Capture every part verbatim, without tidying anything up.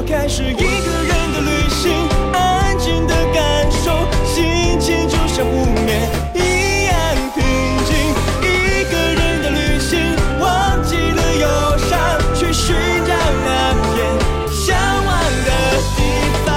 我开始一个人的旅行，安静的感受，心情就像湖面一样平静。一个人的旅行，忘记了忧伤，去寻找那片向往的地方。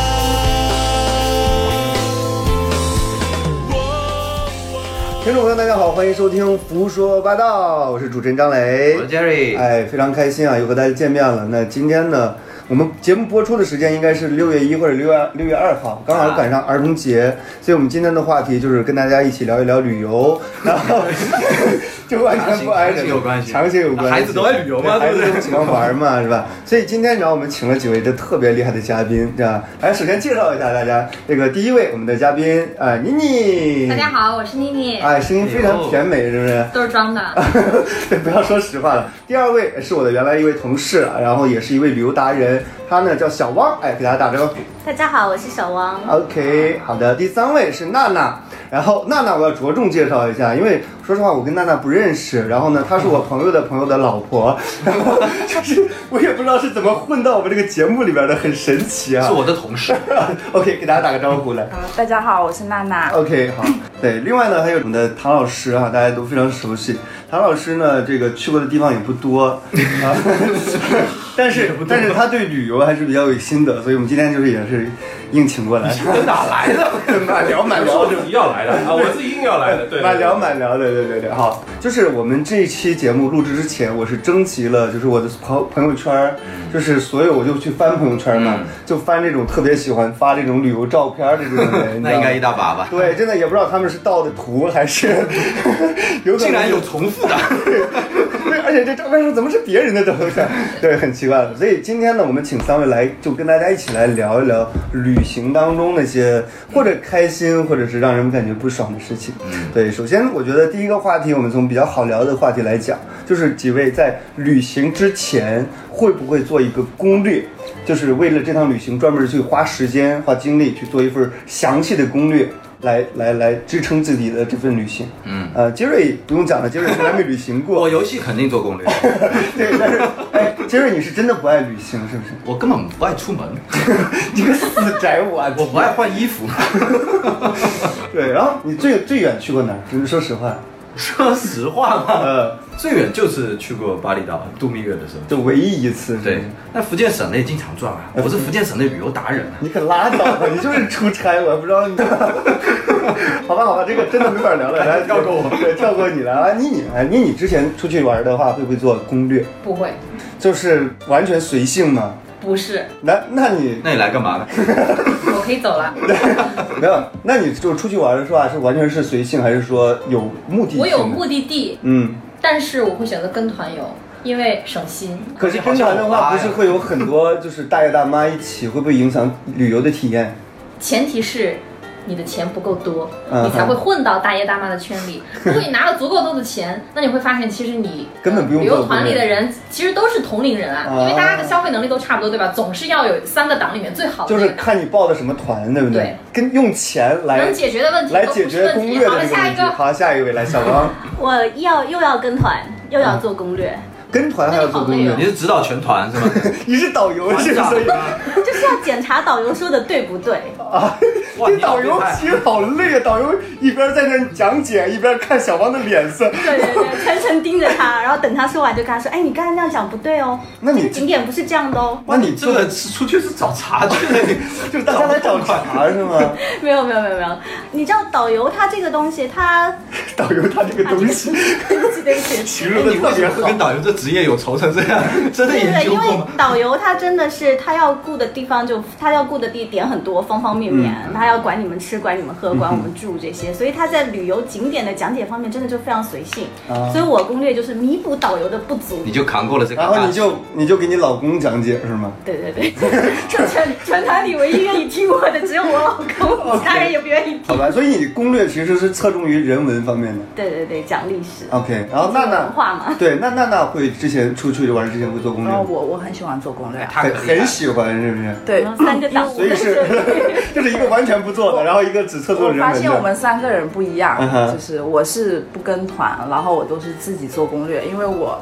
听众朋友大家好，欢迎收听胡说八道，我是主持人张磊， 我是 Jerry。 哎，非常开心啊，又和大家见面了。那今天呢，我们节目播出的时间应该是六月一或者六月六月二号，刚好赶上儿童节，所以我们今天的话题就是跟大家一起聊一聊旅游，然后就完全不挨着， 长期有关系， 长期有关系， 孩子都爱旅游嘛， 孩子都喜欢玩嘛，是吧？所以今天然后我们请了几位这特别厉害的嘉宾，是吧？来，首先介绍一下大家，这个第一位我们的嘉宾啊、呃，妮妮。 大家好，我是妮妮。 哎，声音非常甜美，是不是？ 都是装的。 对，不要说实话了。第二位是我的原来一位同事，然后也是一位旅游达人，他呢叫小汪，哎，给大家打招呼。 大家好，我是小汪。 OK， 好的。第三位是娜娜，然后娜娜我要着重介绍一下，因为说实话我跟娜娜不认识，然后呢她是我朋友的朋友的老婆，然后就是我也不知道是怎么混到我们这个节目里边的，很神奇啊。 是我的同事。 OK， 给大家打个招呼来。 啊，大家好，我是娜娜。 OK， 好。对，另外呢还有我们的唐老师啊，大家都非常熟悉。唐老师呢，这个去过的地方也不多啊，但是但是他对旅游还是比较有心得，所以我们今天就是也是硬请过来。 哪来的？ 满聊满聊， 主题要来的啊，我是硬要来的，对， 满聊满聊，对对对对，好，就是我们这一期节目录制之前，我是征集了，就是我的朋朋友圈，就是所有我就去翻朋友圈嘛，嗯、就翻这种特别喜欢发这种旅游照片的这种人， 那应该一大把吧？ 对，真的也不知道他们是盗的图还是有可能竟然有重复的。 对，而且这照片上怎么是别人的照片？对，很奇怪的。所以今天呢，我们请三位来，就跟大家一起来聊一聊旅行当中那些或者开心，或者是让人们感觉不爽的事情。对，首先我觉得第一个话题，我们从比较好聊的话题来讲，就是几位在旅行之前会不会做一个攻略，就是为了这趟旅行专门去花时间、花精力去做一份详细的攻略。来来来支撑自己的这份旅行。嗯，呃，杰瑞不用讲了，杰瑞从来没旅行过。 我游戏肯定做攻略。 对，但是哎，杰瑞你是真的不爱旅行是不是？ 我根本不爱出门。 你个死宅娃！ 我不爱换衣服。 对，然后你最最远去过哪儿？就是说实话。 说实话嘛， 呃， 最远就是去过巴厘岛度蜜月的时候， 就唯一一次。 对，那福建省内经常转啊，我是福建省内旅游达人。 你可拉倒吧，你就是出差，我不知道你。好吧，好吧，这个真的没法聊了，来跳过我，对，跳过你了啊，妮妮，哎，妮妮之前出去玩的话，会不会做攻略？ 不会， 就是完全随性吗？ 不是。 那那你那你来干嘛呢？ 我可以走了。 没有，那你就出去玩的时候啊，是完全是随性，还是说有目的性？ 我有目的地， 嗯， 但是我会选择跟团游，因为省心。 可是跟团的话，不是会有很多就是大爷大妈一起，会不会影响旅游的体验？ 前提是你的钱不够多，你才会混到大爷大妈的圈里。如果你拿了足够多的钱，那你会发现，其实你根本不用旅游团里的人其实都是同龄人啊，因为大家的消费能力都差不多，对吧？总是要有三个档里面最好的。 就是看你报的什么团，对不对？ 对， 跟用钱来能解决的问题来解决攻略的这个问题。好，下一位来，小王。 我要又要跟团，又要做攻略。 跟团还要做攻略？ 你是指导全团是吗？ 你是导游是不是？ 就是要检查导游说的对不对啊？这导游其实好累啊！导游一边在那讲解，一边看小王的脸色。 对对对，全程盯着他，然后等他说完就跟他说：“哎，你刚才那样讲不对哦， 那你这个景点不是这样的哦。” 那你这个是出去是找茬去的， 就是大家来找茬是吗？ 没有没有没有没有，你知道导游他这个东西，他导游他这个东西， 对不起对不起， 形容的特别好。 跟导游这职业有仇成这样，真的研究过吗？ 因为导游他真的是他要顾的地方就他要顾的地点很多，方方面面，嗯、他要管你们吃，管你们喝，管我们住这些，嗯、所以他在旅游景点的讲解方面真的就非常随性。啊、所以我攻略就是弥补导游的不足。 你就扛过了这个， 然后你就你就给你老公讲解是吗？ 对对对，全全团里唯一愿意听我的只有我老公，其他人也不愿意听。 好吧，所以你攻略其实是侧重于人文方面的。 对对对，讲历史。 OK， 然后娜娜文化嘛， 对，那娜娜会之前出去玩之前会做攻略。 哦，我我很喜欢做攻略， 很很喜欢是不是？ 对， 三个档， 所以是就是一个完全不做的，然后一个只侧重人文的。 我发现我们三个人不一样， 嗯、 就是我是不跟团，然后我都是自己做攻略，因为我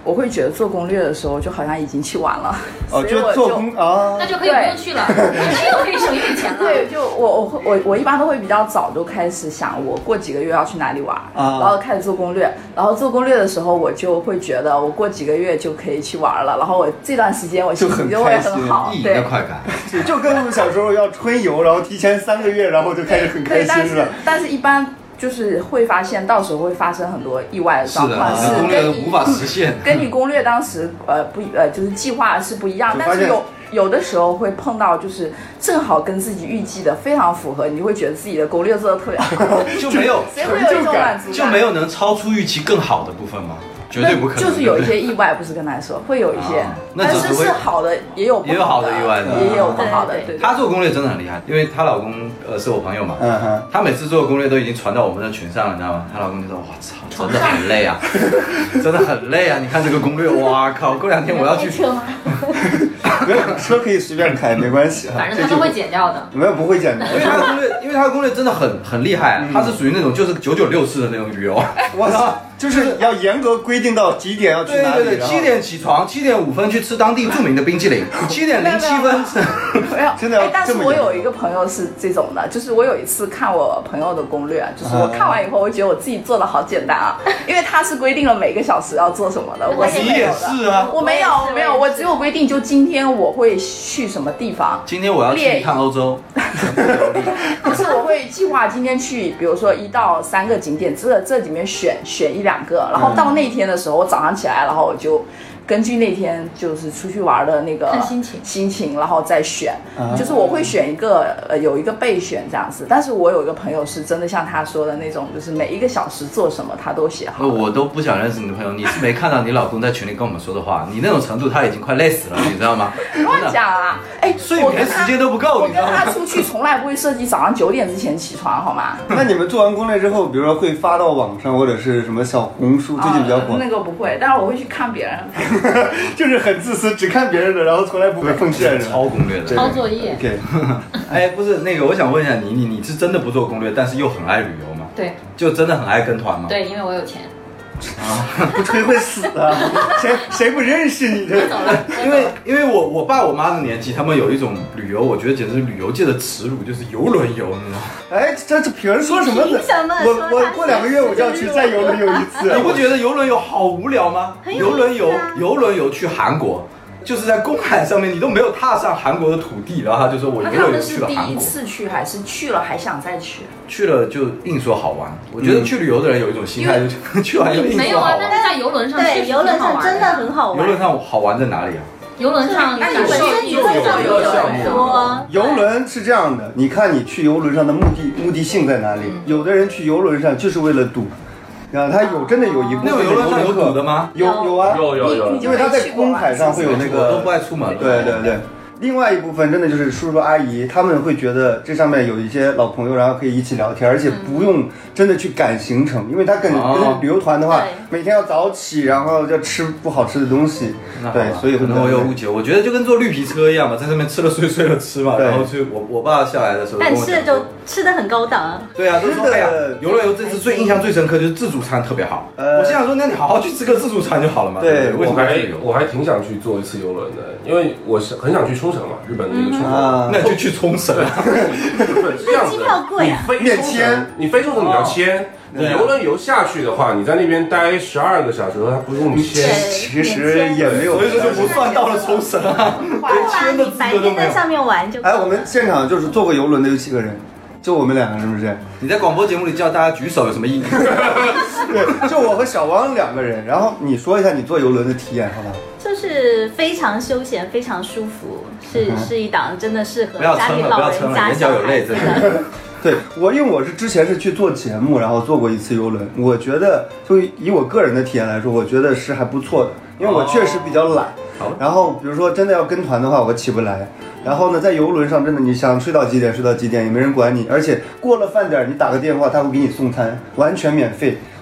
我会觉得做攻略的时候就好像已经去玩了， 哦， 所以我就做攻啊， 那就可以不用去了，又可以省一笔钱了。 对，就我我我我一般都会比较早就开始想，我过几个月要去哪里玩， 啊、 然后开始做攻略。然后做攻略的时候，我就会觉得我过几个月就可以去玩了，然后我这段时间我心情就会很好， 意义对的快感， 就跟我们小时候要春游，然后提前三个月，然后就开始很开心，是吧？ 但是一般就是会发现，到时候会发生很多意外的状况， 是攻略无法实现， 跟你攻略当时呃不呃就是计划是不一样，但是有有的时候会碰到，就是正好跟自己预计的非常符合，你就会觉得自己的攻略做的特别好， 就没有所以会有一种满足感， 就没有能超出预期更好的部分吗？绝对不可能， 就是有一些意外，不是跟他说会有一些， 啊、 但是是好的，也有也有好的意外的， 也有不好的。对， 她做攻略真的很厉害，因为她老公呃是我朋友嘛，嗯哼，她每次做的攻略都已经传到我们的群上了，你知道吗？她老公就说：“我操，真的很累啊，真的很累啊！你看这个攻略，哇靠，过两天我要去。” 没有车可以随便开，没关系， 反正他都会剪掉的。 没有不会剪的， 因为他的攻略，因为他的攻略真的很很厉害，他是属于那种就是九九六式的那种旅游。 我操！就是要严格规定到几点要去哪里。 对对对，七点起床，七点五分去吃当地著名的冰淇淋，七点零七分。 没有， 真的要。 但是我有一个朋友是这种的，就是我有一次看我朋友的攻略，就是我看完以后，我觉得我自己做的好简单啊，因为他是规定了每个小时要做什么的，我是没有的。 你也是啊， 我没有没有，我只有规定就今天我会去什么地方， 今天我要去一趟欧洲， 就是我会计划今天去，比如说一到三个景点，这这里面选选一两个，然后到那天的时候，我早上起来，然后我就根据那天就是出去玩的那个心情心情，然后再选，就是我会选一个呃有一个备选这样子。但是我有一个朋友是真的像他说的那种，就是每一个小时做什么他都写好。 我都不想认识你的朋友，你是没看到你老公在群里跟我们说的话，你那种程度他已经快累死了，你知道吗？ 乱讲啊！哎， 睡眠时间都不够， 我跟他出去从来不会设计早上九点之前起床，好吗？ 那你们做完攻略之后，比如说会发到网上或者是什么小红书，最近比较火。 啊、那个不会，但是我会去看别人。 就是很自私，只看别人的，然后从来不会奉献人。 抄攻略的， 抄作业。 OK。 哎，不是那个，我想问一下你，你你是真的不做攻略，但是又很爱旅游吗？ 对。 就真的很爱跟团吗？ 对，因为我有钱。 啊，不吹会死的，谁谁不认识你的？ 因为因为我我爸我妈的年纪，他们有一种旅游，我觉得简直是旅游界的耻辱，就是游轮游，你知道吗？ 哎，这这凭说什么呢？我我过两个月我就要去再游轮游一次。 你不觉得游轮游好无聊吗？游轮游游轮游去韩国。就是在公海上面，你都没有踏上韩国的土地，然后他就说我游轮游去了韩国。 他们是第一次去还是去了还想再去？ 去了就硬说好玩。我觉得去旅游的人有一种心态，就去完就硬说好玩。 没有啊，但是在游轮上对游轮上真的很好玩。 游轮上好玩在哪里啊？ 游轮上那你本身你会找游轮多。 游轮是这样的，你看你去游轮上的目的目的性在哪里？有的人去游轮上就是为了赌。啊，他有真的有一部分那种游轮上有赌的吗？ 有有啊， 有有有， 因为他在公海上会有那个， 都不爱出门。 对对对。另外一部分真的就是叔叔阿姨，他们会觉得这上面有一些老朋友，然后可以一起聊天，而且不用真的去赶行程，因为他跟跟旅游团的话，每天要早起，然后要吃不好吃的东西，对，所以可能我有误解。我觉得就跟坐绿皮车一样嘛，在上面吃了睡，睡了吃嘛，然后就我我爸下来的时候， 但吃就吃的很高档。 对啊，都说哎呀，游轮游这次最印象最深刻就是自助餐特别好。我心想说，那你好好去吃个自助餐就好了嘛。 对， 为什么还我还挺想去坐一次游轮的，因为我是很想去冲绳嘛，日本的一个。 啊， 那就去冲绳。 是这样子， 机票贵啊， 你飞冲绳，你飞冲绳你要签，你游轮游下去的话，你在那边待十二个小时，他不用签。 其实也没有， 所以说就不算到了冲绳啊，连签的资格都没有。 在上面玩就。 哎，我们现场就是坐过游轮的有几个人？就我们两个是不是？ 你在广播节目里叫大家举手有什么意义？ 对，就我和小王两个人。然后你说一下你坐游轮的体验，好吧？ 就是非常休闲，非常舒服，是、嗯、是一档真的适合家里老人家眼角有泪真的。 对我，因为我是之前是去做节目，然后坐过一次游轮，我觉得就以我个人的体验来说，我觉得是还不错的，因为我确实比较懒。 哦、 然后比如说真的要跟团的话，我起不来。然后呢，在游轮上真的你想睡到几点睡到几点也没人管你，而且过了饭点你打个电话他会给你送餐，完全免费。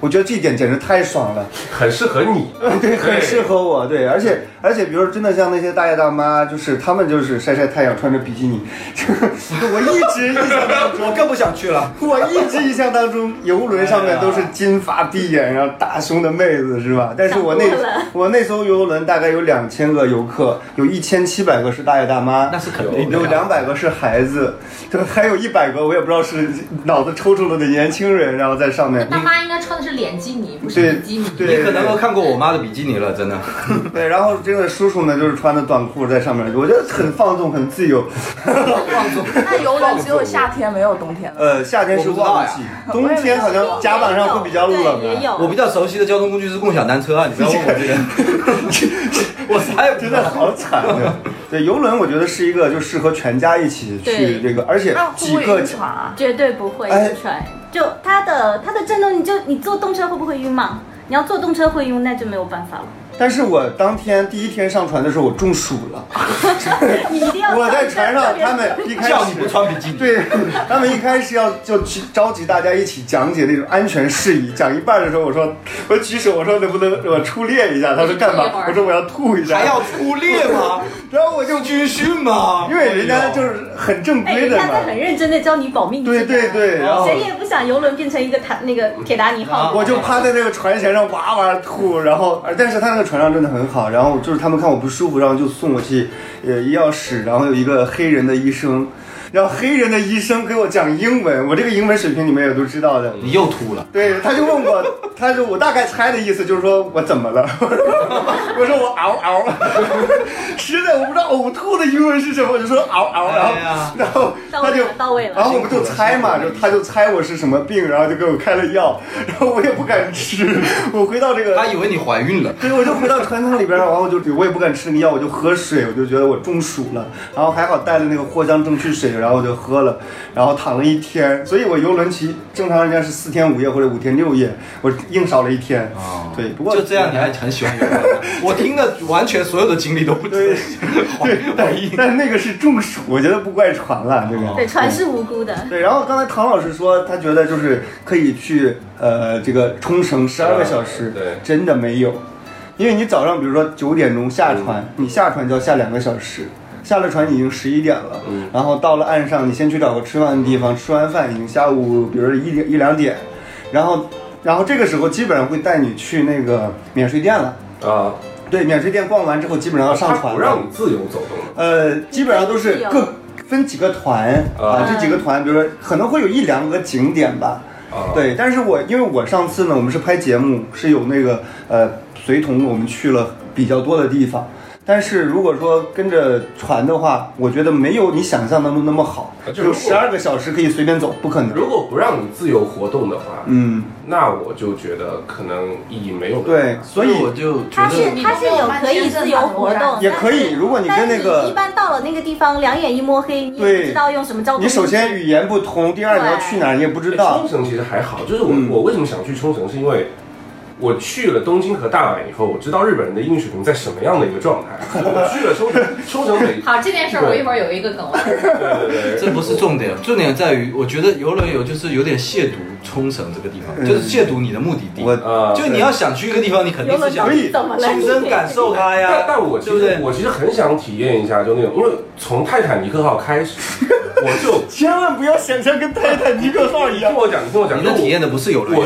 我觉得这一点简直太爽了， 很适合你， 对，很适合我，对，而且而且，比如说真的像那些大爷大妈，就是他们就是晒晒太阳，穿着比基尼，我一直印象当中， 我更不想去了。 我一直印象当中，游轮上面都是金发碧眼，然后大胸的妹子，是吧？但是我那我那艘游轮大概有两千个游客，有一千七百个是大爷大妈， 那是肯定的， 有两百个是孩子，对，还有一百个我也不知道是脑子抽抽了的年轻人，然后在上面。 大妈应该穿的是连基尼，不是比基尼。 对， 你可能都看过我妈的比基尼了，真的。 对，然后这个叔叔呢，就是穿的短裤在上面，我觉得很放纵，很自由。 放纵。那游轮只有夏天，没有冬天了。 呃，夏天是旺季，冬天好像甲板上会比较冷。 也有。 我比较熟悉的交通工具是共享单车啊，你不要问我这个。我啥也不知道， 真的好惨的。对，游轮我觉得是一个就适合全家一起去这个，而且几个绝对不会晕船。就它的它的震动，你就你坐动车会不会晕嘛？你要坐动车会晕，那就没有办法了。 但是我当天第一天上船的时候，我中暑了。 你一定要我在船上，他们一开始叫你不穿比基尼， 对他们一开始要就去召集大家一起讲解那种安全事宜。讲一半的时候，我说我举手，我说能不能我出列一下？他说干嘛？我说我要吐一下。 还要出列吗？ 然后我就军训嘛， 因为人家就是很正规的嘛， 哎、人家在很认真的教你保命。 对对对，然后谁也不想游轮变成一个塔那个铁达尼号。 我就趴在那个船舷上哇哇吐，然后但是他那个船上真的很好，然后就是他们看我不舒服，然后就送我去呃医药室，然后有一个黑人的医生。然后黑人的医生给我讲英文，我这个英文水平你们也都知道的。 你又吐了。 对，他就问我，他就我大概猜的意思就是说我怎么了？我说我嗷嗷，实在我不知道呕吐的英文是什么，我就说嗷嗷，然后、哎、然后他就到位了， 然后我们就猜嘛，就他就猜我是什么病，然后就给我开了药，然后我也不敢吃，我回到这个， 他以为你怀孕了， 对，我就回到船舱里边，然后我就我也不敢吃那个药，我就喝水，我就觉得我中暑了，然后还好带了那个藿香正气水。然后我就喝了，然后躺了一天，所以我游轮期正常人家是四天五夜或者五天六夜，我硬少了一天。哦，对，不过就这样你还很喜欢游轮？我听的完全所有的经历都不对， 对，但但那个是中暑，我觉得不怪船了，这个对，船是无辜的。 对，然后刚才唐老师说他觉得就是可以去呃这个冲绳十二个小时， 对， 真的没有，因为你早上比如说九点钟下船，你下船就要下两个小时。下了船已经十一点了，嗯，然后到了岸上，你先去找个吃饭的地方，吃完饭已经下午，比如说一点一两点，然后，然后这个时候基本上会带你去那个免税店了啊，对，免税店逛完之后，基本上要上船了， 不让你自由走动， 呃，基本上都是各分几个团啊，这几个团，比如说可能会有一两个景点吧，啊，对，但是我因为我上次呢，我们是拍节目，是有那个呃随同我们去了比较多的地方。但是如果说跟着船的话，我觉得没有你想象当中那么好，就十二个小时可以随便走，不可能。 如果不让你自由活动的话， 嗯， 那我就觉得可能意义没有。 对，所以我就觉得它是它是有可以自由活动， 也可以。如果你跟那个一般到了那个地方，两眼一摸黑，你也不知道用什么交通。 你首先语言不通，第二你要去哪儿你也不知道。 冲绳其实还好，就是我、嗯、我为什么想去冲绳，是因为。我去了东京和大阪以后，我知道日本人的英语水平在什么样的一个状态。我去了冲绳，冲绳每好这件事儿，我一会儿有一个梗。 对对对， 这不是重点，重点在于，我觉得游轮游就是有点亵渎冲绳这个地方，嗯、就是亵渎你的目的地。 我就你要想去一个地方，你肯定是想亲身感受它呀。 但但我其实对对我其实很想体验一下，就那种，因为从泰坦尼克号开始，我就千万不要想象跟泰坦尼克号一样。 你听我讲，你听我讲， 你的体验的不是游轮。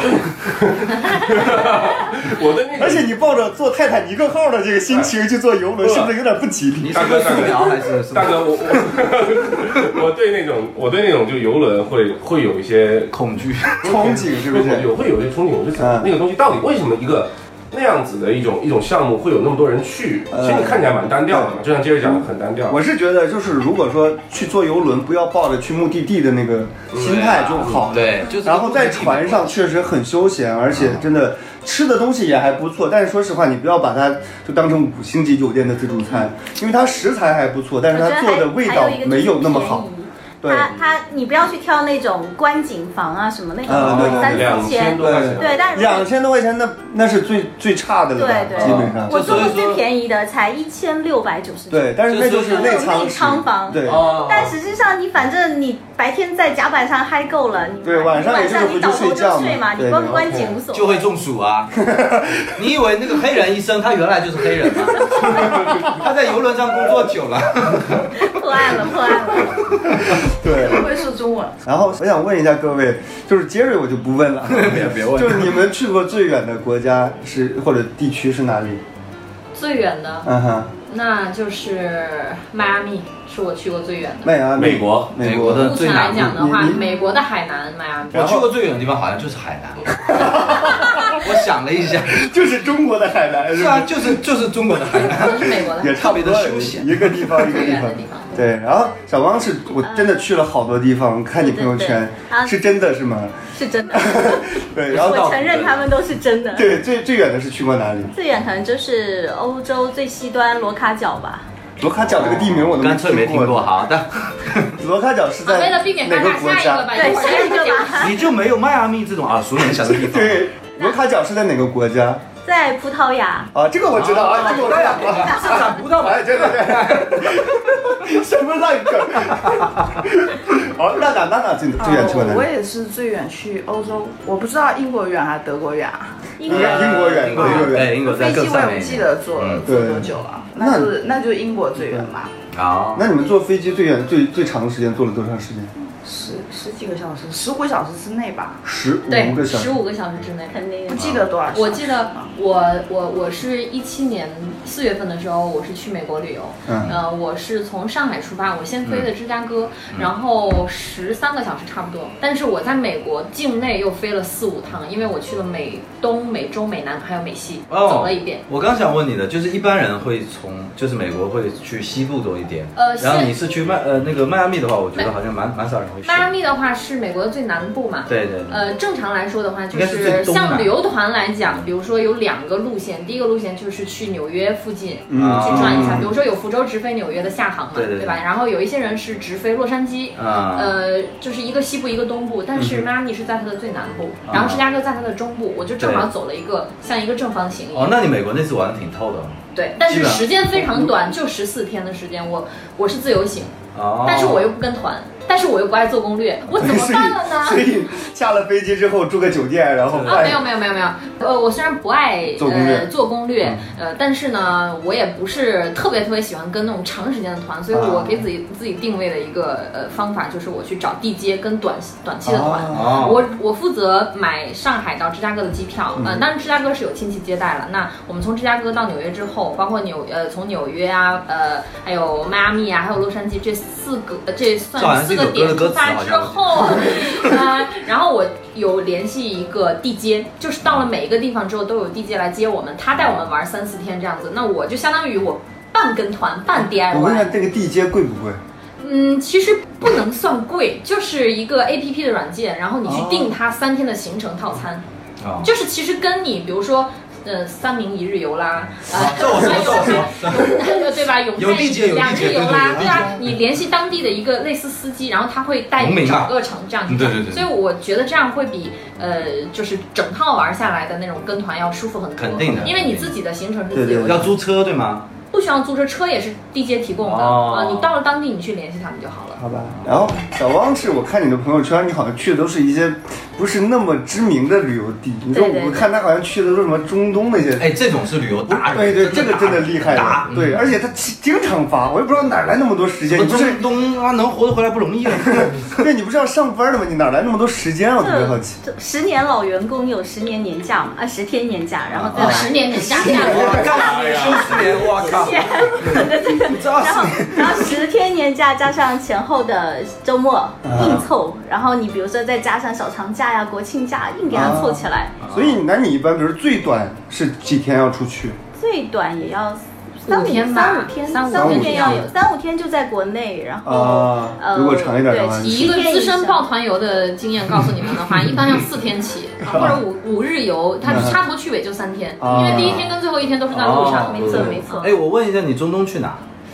我的那个， 而且你抱着坐泰坦尼克号的这个心情去坐游轮，是不是有点不吉利？ 大哥，大哥，还是大哥，我我我对那种我对那种就游轮会会有一些恐惧、 憧憬，是不是？ 有会有一些憧憬，我就想那个东西到底为什么一个那样子的一种一种项目会有那么多人去？其实你看起来蛮单调的嘛，就像接着讲的很单调。 我是觉得就是如果说去坐游轮，不要抱着去目的地的那个心态就好。 对，就是然后在船上确实很休闲，而且真的。吃的东西也还不错，但是说实话，你不要把它就当成五星级酒店的自助餐，因为它食材还不错，但是它做的味道没有那么好。 它它你不要去挑那种观景房啊什么那种三四千，对，但两千多块钱那那是最最差的了， 对对， 基本上。 我做过最便宜的才一千六百九十九， 对，但是那就是内舱舱房， 对。 但实际上你反正你白天在甲板上嗨够了，你对晚上也就是回去睡觉嘛，你观观景无所谓， 就会中暑啊。你以为那个黑人医生他原来就是黑人吗？他在游轮上工作久了。 破案了，破案了。 对， 不会说中文。 然后我想问一下各位，就是杰瑞我就不问了， 别别问。 就是你们去过最远的国家是或者地区是哪里？ 最远的， 嗯哼， 那就是迈阿密，是我去过最远的。 迈阿密， 美国， 美国的最南来讲的话，美国的海南迈阿密。 我去过最远的地方好像就是海南。我想了一下， 就是中国的海南。 是啊，就是就是中国的海南， 是美国的， 也差别的休闲，一个地方一个地方。对，然后小汪是我真的去了好多地方，看你朋友圈是真的是吗？ 是真的。 对，然后我承认他们都是真的。 对，最最远的是去过哪里？ 最远可能就是欧洲最西端罗卡角吧。 罗卡角这个地名我都干脆没听过。好的， 罗卡角是在哪个国家？ 对，下一个吧。 你就没有迈阿密这种耳熟能详的地方？ 对，罗卡角是在哪个国家？ 在葡萄牙。 啊，这个我知道啊，这个我知道， 是产葡萄嘛？ 对对对。什么烂梗？好，娜娜娜娜最最远去过哪里？ 我也是最远去欧洲，我不知道英国远还是德国远啊？ 英国英国远，英国远。 哎，英国在更上面。 飞机我也不记得坐坐多久了，那就那就英国最远嘛。 好， 那你们坐飞机最远最最长的时间坐了多长时间？ 十十几个小时，十五个小时之内吧。 十五个小时， 十五个小时之内， 肯定不记得多少。 我记得我我我是一七年四月份的时候，我是去美国旅游。嗯，呃，我是从上海出发，我先飞的芝加哥，嗯、然后十三个小时差不多。但是我在美国境内又飞了四五趟，因为我去了美东、美中、美南还有美西，哦、走了一遍。 我刚想问你的，就是一般人会从就是美国会去西部多一点，呃，然后你是去迈呃那个迈阿密的话，我觉得好像蛮蛮少人会去。 迈阿密的话是美国的最南部嘛？ 对对。 呃，正常来说的话，就是像旅游团来讲，比如说有两个路线，第一个路线就是去纽约附近、嗯、去转一下，比如说有福州直飞纽约的厦航嘛， 对 对, 对吧？然后有一些人是直飞洛杉矶，嗯、呃，就是一个西部一个东部，但是迈阿密是在它的最南部，嗯、然后芝加哥在它的中部，我就正好走了一个像一个正方形一样。 哦，那你美国那次玩的挺透的。 对，但是时间非常短，就十四天的时间，我我是自由行，哦、但是我又不跟团。但是我又不爱做攻略，我怎么办了呢？ 所以下了飞机之后住个酒店，然后啊，没有没有没有没有，呃，我虽然不爱做攻略， 呃、做攻略，呃，但是呢，我也不是特别特别喜欢跟那种长时间的团，所以我给自己、啊、自己定位的一个呃方法就是我去找地接跟短短期的团，啊、我我负责买上海到芝加哥的机票，呃，当然芝加哥是有亲戚接待了，那我们从芝加哥到纽约之后，包括纽呃从纽约啊，呃，还有迈阿密啊，还有洛杉矶这四个，呃、这算四。这个点出发之后，啊，然后我有联系一个地接，就是到了每一个地方之后都有地接来接我们，他带我们玩三四天这样子，那我就相当于我半跟团半 D I Y。 我问一下，这个地接贵不贵？ 嗯，其实不能算贵，就是一个 A P P 的软件，然后你去订它三天的行程套餐，哦、就是其实跟你比如说。呃，三明一日游啦， 啊，这我说，这我说， 对吧？永泰两日游啦，对啊，你联系当地的一个类似司机，然后他会带你整个城这样去， 对对对。 所以我觉得这样会比呃，就是整套玩下来的那种跟团要舒服很多。 肯定的， 因为你自己的行程是自由的。 要租车对吗？ 不需要租车，车也是地接提供的啊、哦呃。你到了当地，你去联系他们就好了。 好吧。然后小汪是我看你的朋友圈，你好像去的都是一些不是那么知名的旅游地。你说我看他好像去的都是什么中东那些。 哎，这种是旅游达人。 对对，这个真的厉害了。对，而且他经常发，我也不知道哪来那么多时间。你不是中东啊，能活得回来不容易啊。 对，你不是要上班的吗？你哪来那么多时间啊？我特别好奇。 十年老员工有十年年假嘛？啊，十天年假，然后再十年年假。 我干嘛呀？十年，我靠。 然后，然后十天年假加上前后的周末硬凑，然后你比如说再加上小长假呀、国庆假，硬给它凑起来。 所以，那你一般比如最短是几天要出去？ 最短也要三五天吧， 三五天，三五天要有，三五天就在国内，然后呃，如果长一点的话， 以一个资深抱团游的经验告诉你们的话，一般要四天起，或者五五日游，它插头去尾就三天，因为第一天跟最后一天都是在路上。 没错没错。 哎，我问一下，你中东去哪？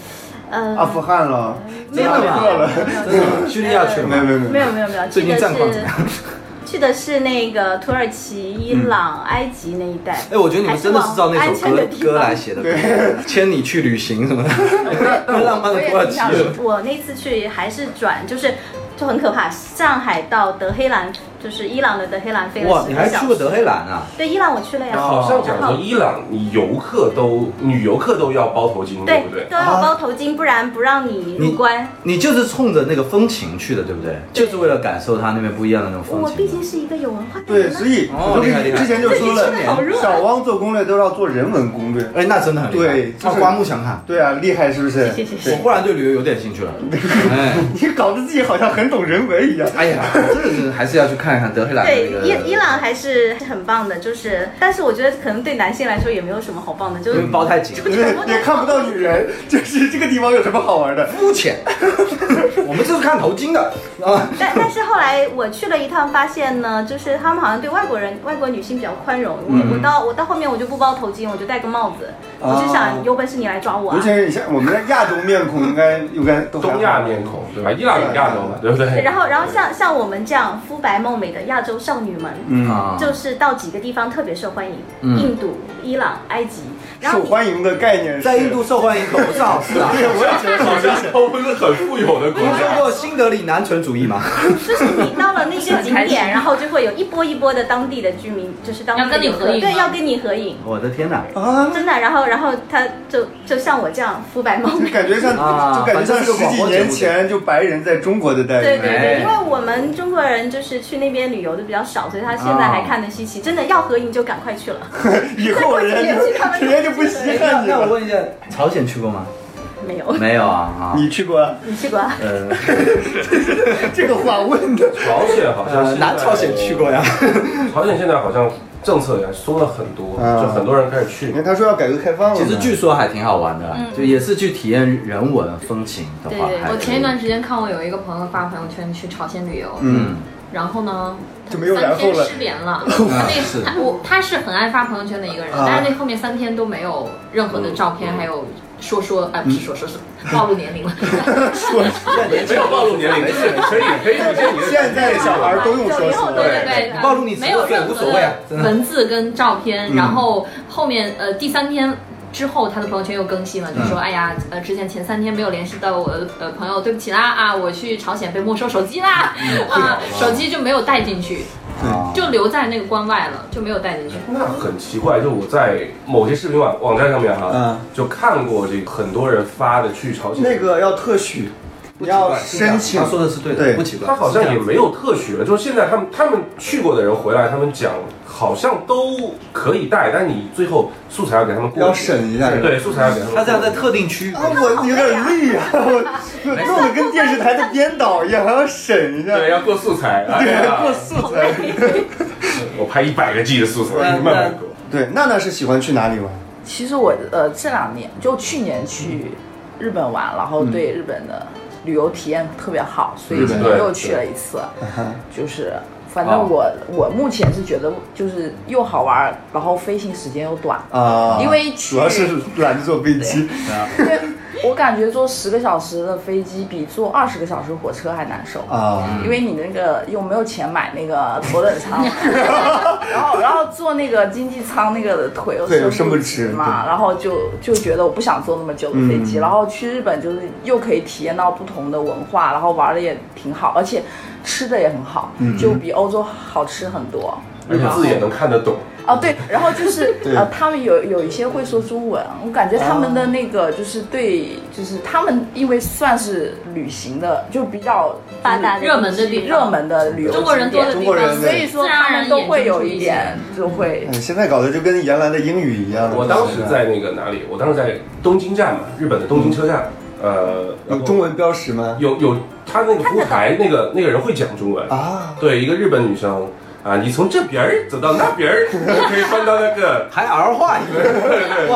呃， 阿富汗了， 没有真的了， 叙利亚去了没有没有没有没有没有， 最近战况怎么样？ 去的是那个土耳其、伊朗、埃及那一带。 哎，我觉得你们真的是照那首歌歌来写的，牵你去旅行什么的，浪漫的土耳其。 我那次去还是转，就是就很可怕，上海到德黑兰。就是伊朗的德黑兰飞了十个小时。哇， 你还去过德黑兰啊？ 对，伊朗我去了呀。 好像讲说伊朗，你游客都女游客都要包头巾，对不对？ 都要包头巾，不然不让你入关。 你就是冲着那个风情去的，对不对？就是为了感受它那边不一样的那种风情。 我毕竟是一个有文化的人。 对，所以我之前就说了，小汪做攻略都要做人文攻略。 哎，那真的很厉害。 对， 就是刮目相看。 对啊，厉害是不是？ 谢谢谢谢。 我忽然对旅游有点兴趣了。 哎，你搞得自己好像很懂人文一样。 哎呀，这是还是要去看看德黑兰。 对，伊伊朗还是很棒的，就是，但是我觉得可能对男性来说也没有什么好棒的，就是包太紧， 也看不到女人，就是这个地方有什么好玩的？ 肤浅。我们就是看头巾的啊。 但但是后来我去了一趟，发现呢，就是他们好像对外国人、外国女性比较宽容。我、嗯、我到我到后面我就不包头巾，我就戴个帽子，啊、我就想有本事你来抓我、啊。 尤其是像我们的亚洲面孔，应该应该都东亚面孔对吧？伊朗也亚洲嘛，对不对？ 然后然后像像我们这样肤白貌美的亚洲少女们。嗯，就是到几个地方特别受欢迎，嗯、印度、伊朗、埃及。然后受欢迎的概念在印度受欢迎可不是好事啊！ 对，我也觉得好像都不是很富有的国家。 听说过新德里男权主义吗？ 就是你到了那些景点，然后就会有一波一波的当地的居民，就是当地要跟你合影， 对，要跟你合影。 我的天哪！ 啊，真的，然后然后他就就像我这样肤白貌美， 感觉像就感觉像十几年前就白人在中国的待遇。 对对对，因为我们中国人就是去那边旅游的比较少，所以他现在还看得稀奇。真的要合影就赶快去了， 以后人家就人家就不稀罕你。 那我问一下，朝鲜去过吗？ 没有， 没有啊。 你去过啊？ 你去过啊？ 呃， 这个话问的。 朝鲜好像是南朝鲜去过呀。 朝鲜现在好像政策也松了很多，就很多人开始去。 因为他说要改革开放了。 其实据说还挺好玩的，就也是去体验人文风情的话。 对对，我前一段时间看我有一个朋友发朋友圈去朝鲜旅游，嗯，然后呢？ 就没有然后了， 失联了。他那他我他是很爱发朋友圈的一个人，但是那后面三天都没有任何的照片，还有说说啊不是说说是暴露年龄了， 说没有暴露年龄，可以可以。 现在的小孩都用说说， 对对对， 暴露你没有任何的文字跟照片，然后后面呃第三天。之后他的朋友圈又更新了，就说、嗯、哎呀，呃，之前前三天没有联系到我的呃朋友，对不起啦啊，我去朝鲜被没收手机啦，嗯、啊，手机就没有带进去，嗯、就留在那个关外了，就没有带进去。 那很奇怪，就我在某些视频网网站上面哈，嗯、就看过这个很多人发的去朝鲜， 那个要特许。你要申请， 他说的是对的，不奇怪。 他好像也没有特许了，就是现在他们他们去过的人回来，他们讲好像都可以带，但你最后素材要给他们过， 要审一下。 对，素材要给他们。 他这样在特定区， 啊，我有点累啊，我弄得跟电视台的编导一样，还要审一下。 对，要过素材， 对，过素材。 我拍一百个 G 的素材，慢慢过。 对，娜娜是喜欢去哪里玩？ 其实我呃这两年就去年去日本玩，然后对日本的。旅游体验特别好，所以今年又去了一次。就是反正我、哦、我目前是觉得就是又好玩，然后飞行时间又短啊，因为主要是懒得坐飞机。 对，对我感觉坐十个小时的飞机比坐二十个小时火车还难受啊，因为你那个又没有钱买那个头等舱，然后然后坐那个经济舱那个腿又伸不直嘛，然后就就觉得我不想坐那么久的飞机，嗯、然后去日本就是又可以体验到不同的文化，然后玩的也挺好，而且吃的也很好，嗯、就比欧洲好吃很多， 而且字也能看得懂。 哦，对，然后就是呃，他们有有一些会说中文，我感觉他们的那个就是对，就是他们因为算是旅行的，就比较发达热门的地方， 热门的旅游中国人多的地方， 所以说他们都会有一点就会。 嗯，现在搞的就跟原来的英语一样。 我当时在那个哪里？我当时在东京站嘛，日本的东京车站。呃， 有中文标识吗？ 有有，他那个服务台那个那个人会讲中文啊。对，一个日本女生。啊，你从这边儿走到那边儿，可以翻到那个， 还儿化一个，哇，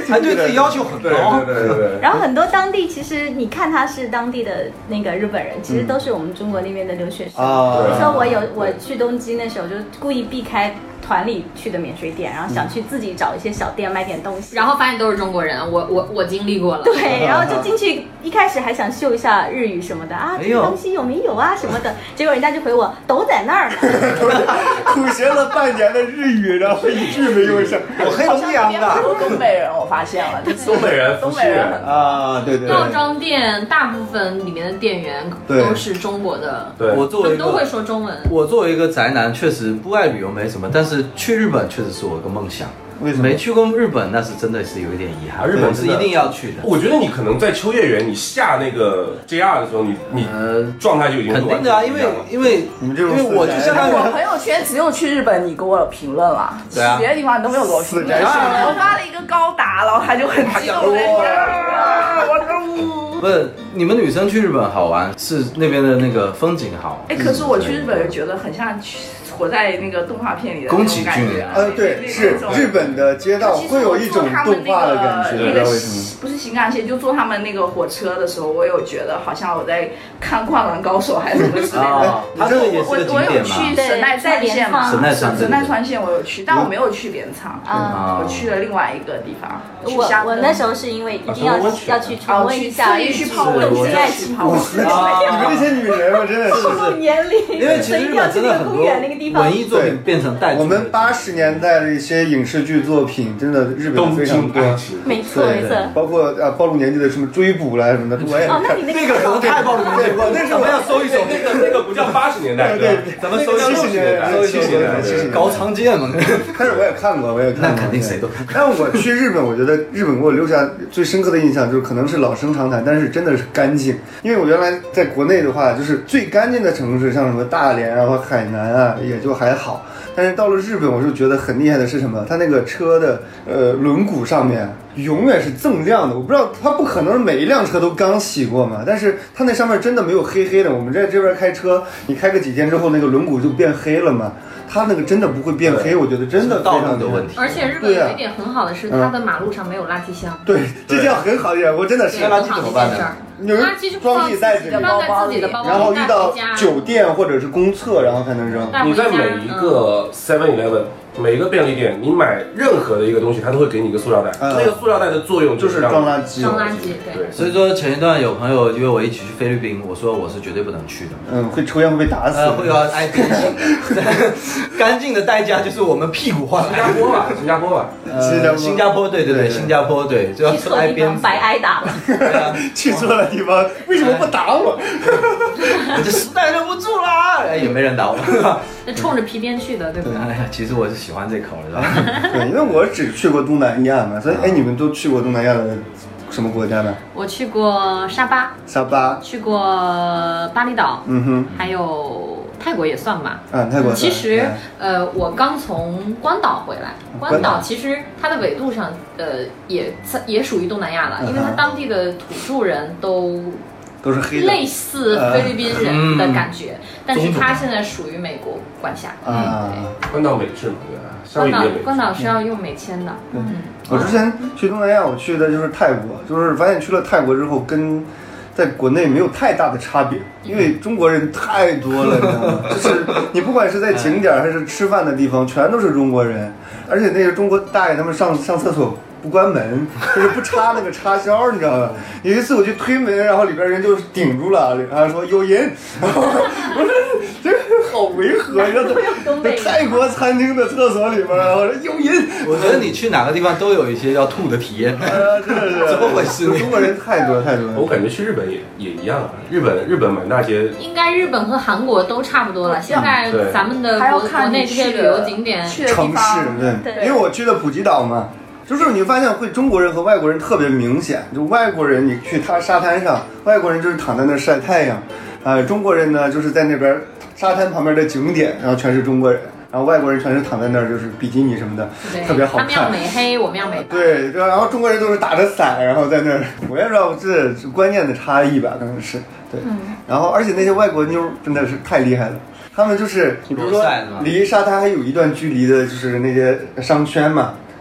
还对自己要求很高。 对对对对。 然后很多当地其实你看他是当地的那个日本人，其实都是我们中国那边的留学生。比如说我有我去东京的时候，就故意避开团里去的免税店，然后想去自己找一些小店卖点东西， 然后发现都是中国人，我我我经历过了。 对，然后就进去，一开始还想秀一下日语什么的啊，这个东西有没有啊什么的，结果人家就回我都在那儿呢。 苦学了半年的日语，然后一句没用上。我黑龙江的， 很多东北人我发现了，就是东北人、 东北人啊，对对。 药妆店大部分里面的店员都是中国的， 对，我作为一个都会说中文。 我作为一个宅男，确实不爱旅游没什么，但是去日本确实是我一个梦想。 为什么没去过日本？那是真的是有一点遗憾。日本是一定要去的。 我觉得你可能在秋叶原，你下那个 J R 的时候，你你状态就已经肯定的啊，因为因为你们这种， 因为我就相当于我朋友圈只有去日本你给我评论了， 对啊， 别的地方你都没有给我评论。我发了一个高达，然后他就很激动的，我说不是你们女生去日本好玩，是那边的那个风景好。 哎，可是我去日本就觉得很像去。活在那个动画片里的宫崎骏， 呃，对，是日本的街道会有一种动画的感觉，不知道为什么。 不是新干线，就坐他们那个火车的时候，我有觉得好像我在看《灌篮高手》还是什么之类的。 它这个也是个景点嘛。 我有去神奈川县嘛， 神奈川神奈川县我有去，但我没有去镰仓，我去了另外一个地方。 我我那时候是因为一定要要去重温一下， 去泡温泉，爱情泡温泉。 你们这些女人，我真的是暴露年龄， 因为其实日本真的很多文艺作品变成带。 我们八十年代的一些影视剧作品，真的日本非常多， 没错没错， 包括啊暴露年纪的什么追捕啦什么的，我也哦，那你那个可能太暴露年纪，我那时候要搜一搜， 那个那个不叫八十年代， 对， 咱们搜七十年代， 七十年代， 七十年代高仓健嘛。 但是我也看过，我也看过， 那肯定谁都。 但我去日本，我觉得日本给我留下最深刻的印象就是可能是老生常谈，但是真的是干净。因为我原来在国内的话，就是最干净的城市，像什么大连啊或海南啊，也就还好。但是到了日本，我就觉得很厉害的是什么？它那个车的呃轮毂上面永远是锃亮的。我不知道它不可能每一辆车都刚洗过嘛，但是它那上面真的没有黑黑的。我们在这边开车，你开个几天之后，那个轮毂就变黑了嘛。它那个真的不会变黑，我觉得真的非常的问题。 而且日本有一点很好的是，它的马路上没有垃圾箱。 对，这叫很好一点，我真的是。 垃圾怎么办呢？ 有人装自己袋子里， 放在自己的包包里， 然后遇到酒店或者是公厕，然后才能扔。 你在每一个 seven eleven。每一个便利店，你买任何的一个东西，它都会给你一个塑料袋。嗯、那个塑料袋的作用就是装垃圾。 装垃圾，对。 所以说前一段有朋友约我一起去菲律宾，我说我是绝对不能去的。 嗯，会抽烟会被打死。 呃，会要挨鞭刑。干净的代价就是我们屁股换新加坡吧，新加坡吧。 呃，新加坡，对对对，新加坡对，就要挨鞭。 白挨打了。 对啊， 去错了地方，为什么不打我？ 我这实在忍不住啦！哎，也没人打我。 那冲着皮鞭去的，对不对？ 哎呀，其实我是喜欢这口的。 对，因为我只去过东南亚嘛，所以哎，你们都去过东南亚的什么国家呢？ 我去过沙巴， 沙巴， 去过巴厘岛， 嗯哼， 还有泰国也算吧。 啊，泰国。 其实，呃，我刚从关岛回来，关岛其实它的纬度上，呃，也也属于东南亚了，因为它当地的土著人都。 都是黑的， 类似菲律宾人的感觉，嗯、但是它现在属于美国管辖。 啊， 关岛美制嘛，对吧？ 关岛关岛是要用美签的。 嗯，我之前去东南亚，我去的就是泰国，就是发现去了泰国之后，跟在国内没有太大的差别，因为中国人太多了，你知道吗？就是你不管是在景点还是吃饭的地方，全都是中国人，而且那个中国大爷他们上上厕所。不关门，就是不插那个插销，你知道吧？有一次我去推门，然后里边人就顶住了，然后说有人，然后我说这好违和，你知道吗？在泰国餐厅的厕所里边，然后说有人。 我觉得你去哪个地方都有一些要吐的体验， 呃，真的是怎么回事？ 中国人太多太多了。 我感觉去日本也也一样啊，日本日本满大街， 应该日本和韩国都差不多了。现在咱们的国国内这些旅游景点城市，对，因为我去了普吉岛嘛。就是你发现会中国人和外国人特别明显，就外国人你去他沙滩上，外国人就是躺在那晒太阳，呃，中国人呢就是在那边沙滩旁边的景点，然后全是中国人，然后外国人全是躺在那儿就是比基尼什么的，特别好看。 他们要美黑，我们要美白。 对，然后中国人都是打着伞，然后在那儿，我也不知道这是观念的差异吧，可能是对。嗯、然后而且那些外国妞真的是太厉害了。他们就是，你比如说离沙滩还有一段距离的，就是那些商圈嘛。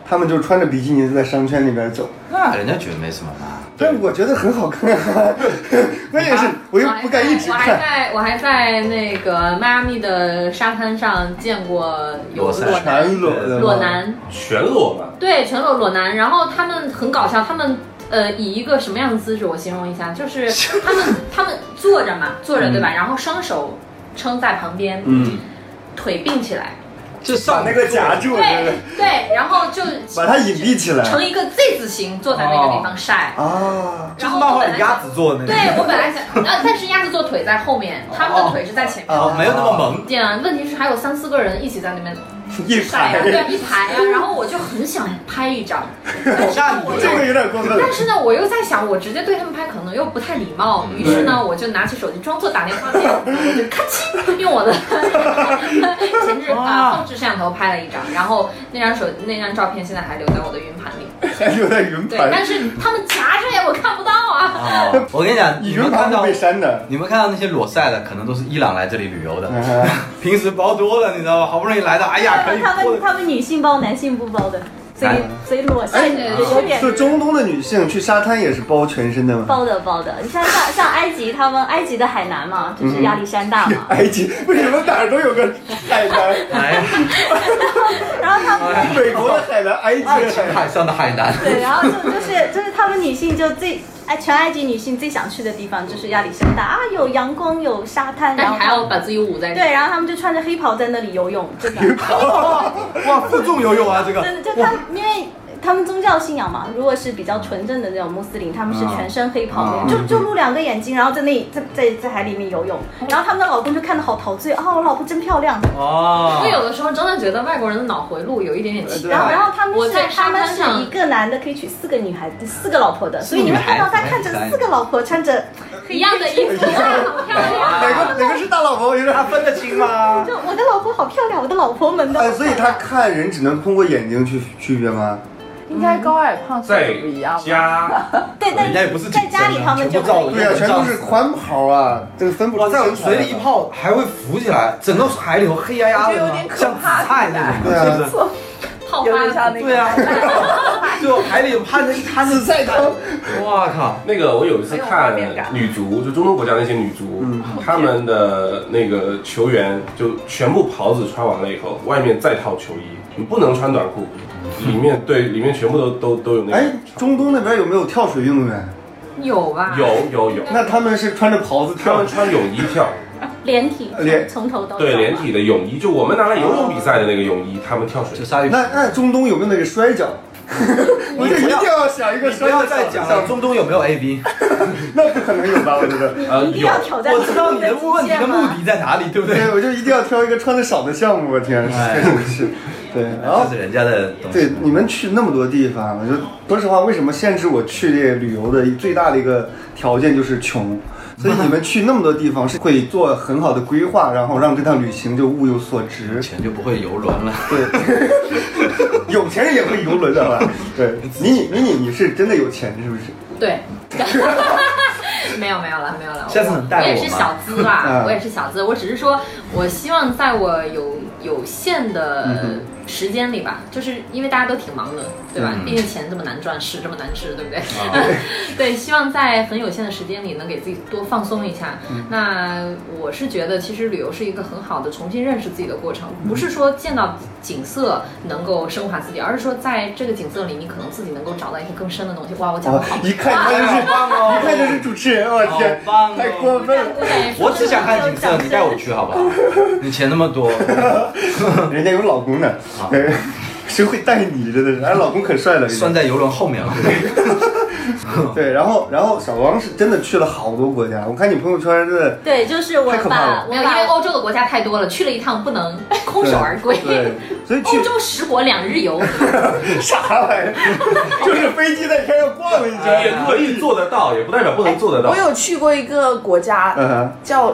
他们就穿着比基尼在商圈里边走， 那人家觉得没什么嘛。 但我觉得很好看啊，关键是我又不敢一直我还看。 在我还在那个迈阿密的沙滩上见过有裸男， 全裸的裸男， 全裸嘛？ 对，全裸裸男。然后他们很搞笑，他们呃以一个什么样的姿势？我形容一下，就是他们他们坐着嘛，坐着对吧？然后双手撑在旁边， 嗯， 腿并起来。 就把那个夹住， 对对，然后就把它隐蔽起来， 成一个 Z 字形坐在那个地方晒啊。 就是漫画里鸭子坐的那个。 对，我本来想，呃，但是鸭子坐腿在后面，他们的腿是在前面， 哦，没有那么萌。 这样，问题是还有三四个人一起在那边一晒啊，对啊，一排啊，然后我就很想拍一张，但是我这个有点过分。 但是呢，我又在想，我直接对他们拍可能又不太礼貌，于是呢，我就拿起手机装作打电话的样子，我就咔嚓用我的前置啊后置摄像头拍了一张，然后那张手那张照片现在还留在我的云盘里， 还留在云盘。 对，但是他们夹着呀，我看不到啊。 哦，我跟你讲，你们看到被删的， 你们看到那些裸晒的，可能都是伊朗来这里旅游的，平时包多了，你知道吗？好不容易来到，哎呀，可以。 他们他们女性包，男性不包的。所以所以裸晒有点。 就中东的女性去沙滩也是包全身的吗？ 包的包的，你像像像埃及，他们埃及的海南嘛，就是亚历山大嘛。 埃及为什么哪儿都有个海南？ 哎， 然后他们美国的海南，埃及海上的海南。 对，然后就就是就是他们女性就最哎，全埃及女性最想去的地方就是亚历山大啊，有阳光，有沙滩， 然后还要把自己捂在对，然后他们就穿着黑袍在那里游泳，真的。 哇，负重游泳啊，这个。 真的，就他们因为。他们宗教信仰嘛，如果是比较纯正的那种穆斯林，他们是全身黑袍的，就就露两个眼睛，然后在那在在在海里面游泳，然后他们的老公就看得好陶醉，哦，我老婆真漂亮。 哦， 我有的时候真的觉得外国人的脑回路有一点点奇怪。 然后然后他们是他们是上一个男的可以娶四个女孩子，四个老婆的，所以你会看到他看着四个老婆穿着一样的衣服，好漂亮。 哪个哪个是大老婆？有点他分得清吗？ 就我的老婆好漂亮，我的老婆们的。 哎，所以他看人只能通过眼睛去区别吗？ 应该高矮胖在瘦不一样。 家， 对，但人家也不是在家里他们就可以。 对啊，全都是宽袍啊，这个分不出。 哇，在水里一泡还会浮起来，整个海里头黑压压的， 有点可像紫菜那种， 对啊， 是不是？ 泡有点像那个。 对啊，就海里有攀着一滩紫菜汤。 哇靠！ 那个我有一次看女足，就中东国家那些女足，他们的那个球员就全部袍子穿完了以后，外面再套球衣，你不能穿短裤。里面对，里面全部都都都有那个。 哎，中东那边有没有跳水运动员？ 有吧？ 有有有。 那他们是穿着袍子跳， 他们穿泳衣跳。 连体， 连从头到对连体的泳衣，就我们拿来游泳比赛的那个泳衣，他们跳水。 就鲨鱼。 那那中东有没有那个摔跤？我就一定要想一个摔跤。 不要再讲了，中东有没有 A V？ 那不可能有吧？我觉得。 呃，有。 我知道你的问题的目的在哪里，对不对？ 对，我就一定要挑一个穿的少的项目。我天，确实是。对，然后这是人家的东西。 对，你们去那么多地方，我就说实话，为什么限制我去这旅游的最大的一个条件就是穷？所以你们去那么多地方是会做很好的规划，然后让这趟旅行就物有所值， 钱就不会游轮了。 对，有钱人也会游轮的吧？对，你你你你你是真的有钱是不是？ 对。没有没有了没有了， 下次能带我吗？ 我也是小资啦，我也是小资，我只是说，我希望在我有有限的时间里吧，就是因为大家都挺忙的，对吧？毕竟钱这么难赚，事这么难吃，对不对？对，希望在很有限的时间里能给自己多放松一下。那我是觉得，其实旅游是一个很好的重新认识自己的过程，不是说见到景色能够升华自己，而是说在这个景色里，你可能自己能够找到一些更深的东西。哇，我讲的好， 一看就是一看就是主持人。我天，太过分了！ 我只想看景色，你带我去好不好？你钱那么多， 人家有老公呢，谁会带你？真的是，俺老公可帅了， 拴在游轮后面了。 对，然后然后小王是真的去了好多国家，我看你朋友圈真的。 对，就是我把没有，因为欧洲的国家太多了，去了一趟不能空手而归。 对，所以欧洲十国两日游。 啥玩意儿？就是飞机在天上逛了一圈， 也可以做得到，也不代表不能做得到。 我有去过一个国家，叫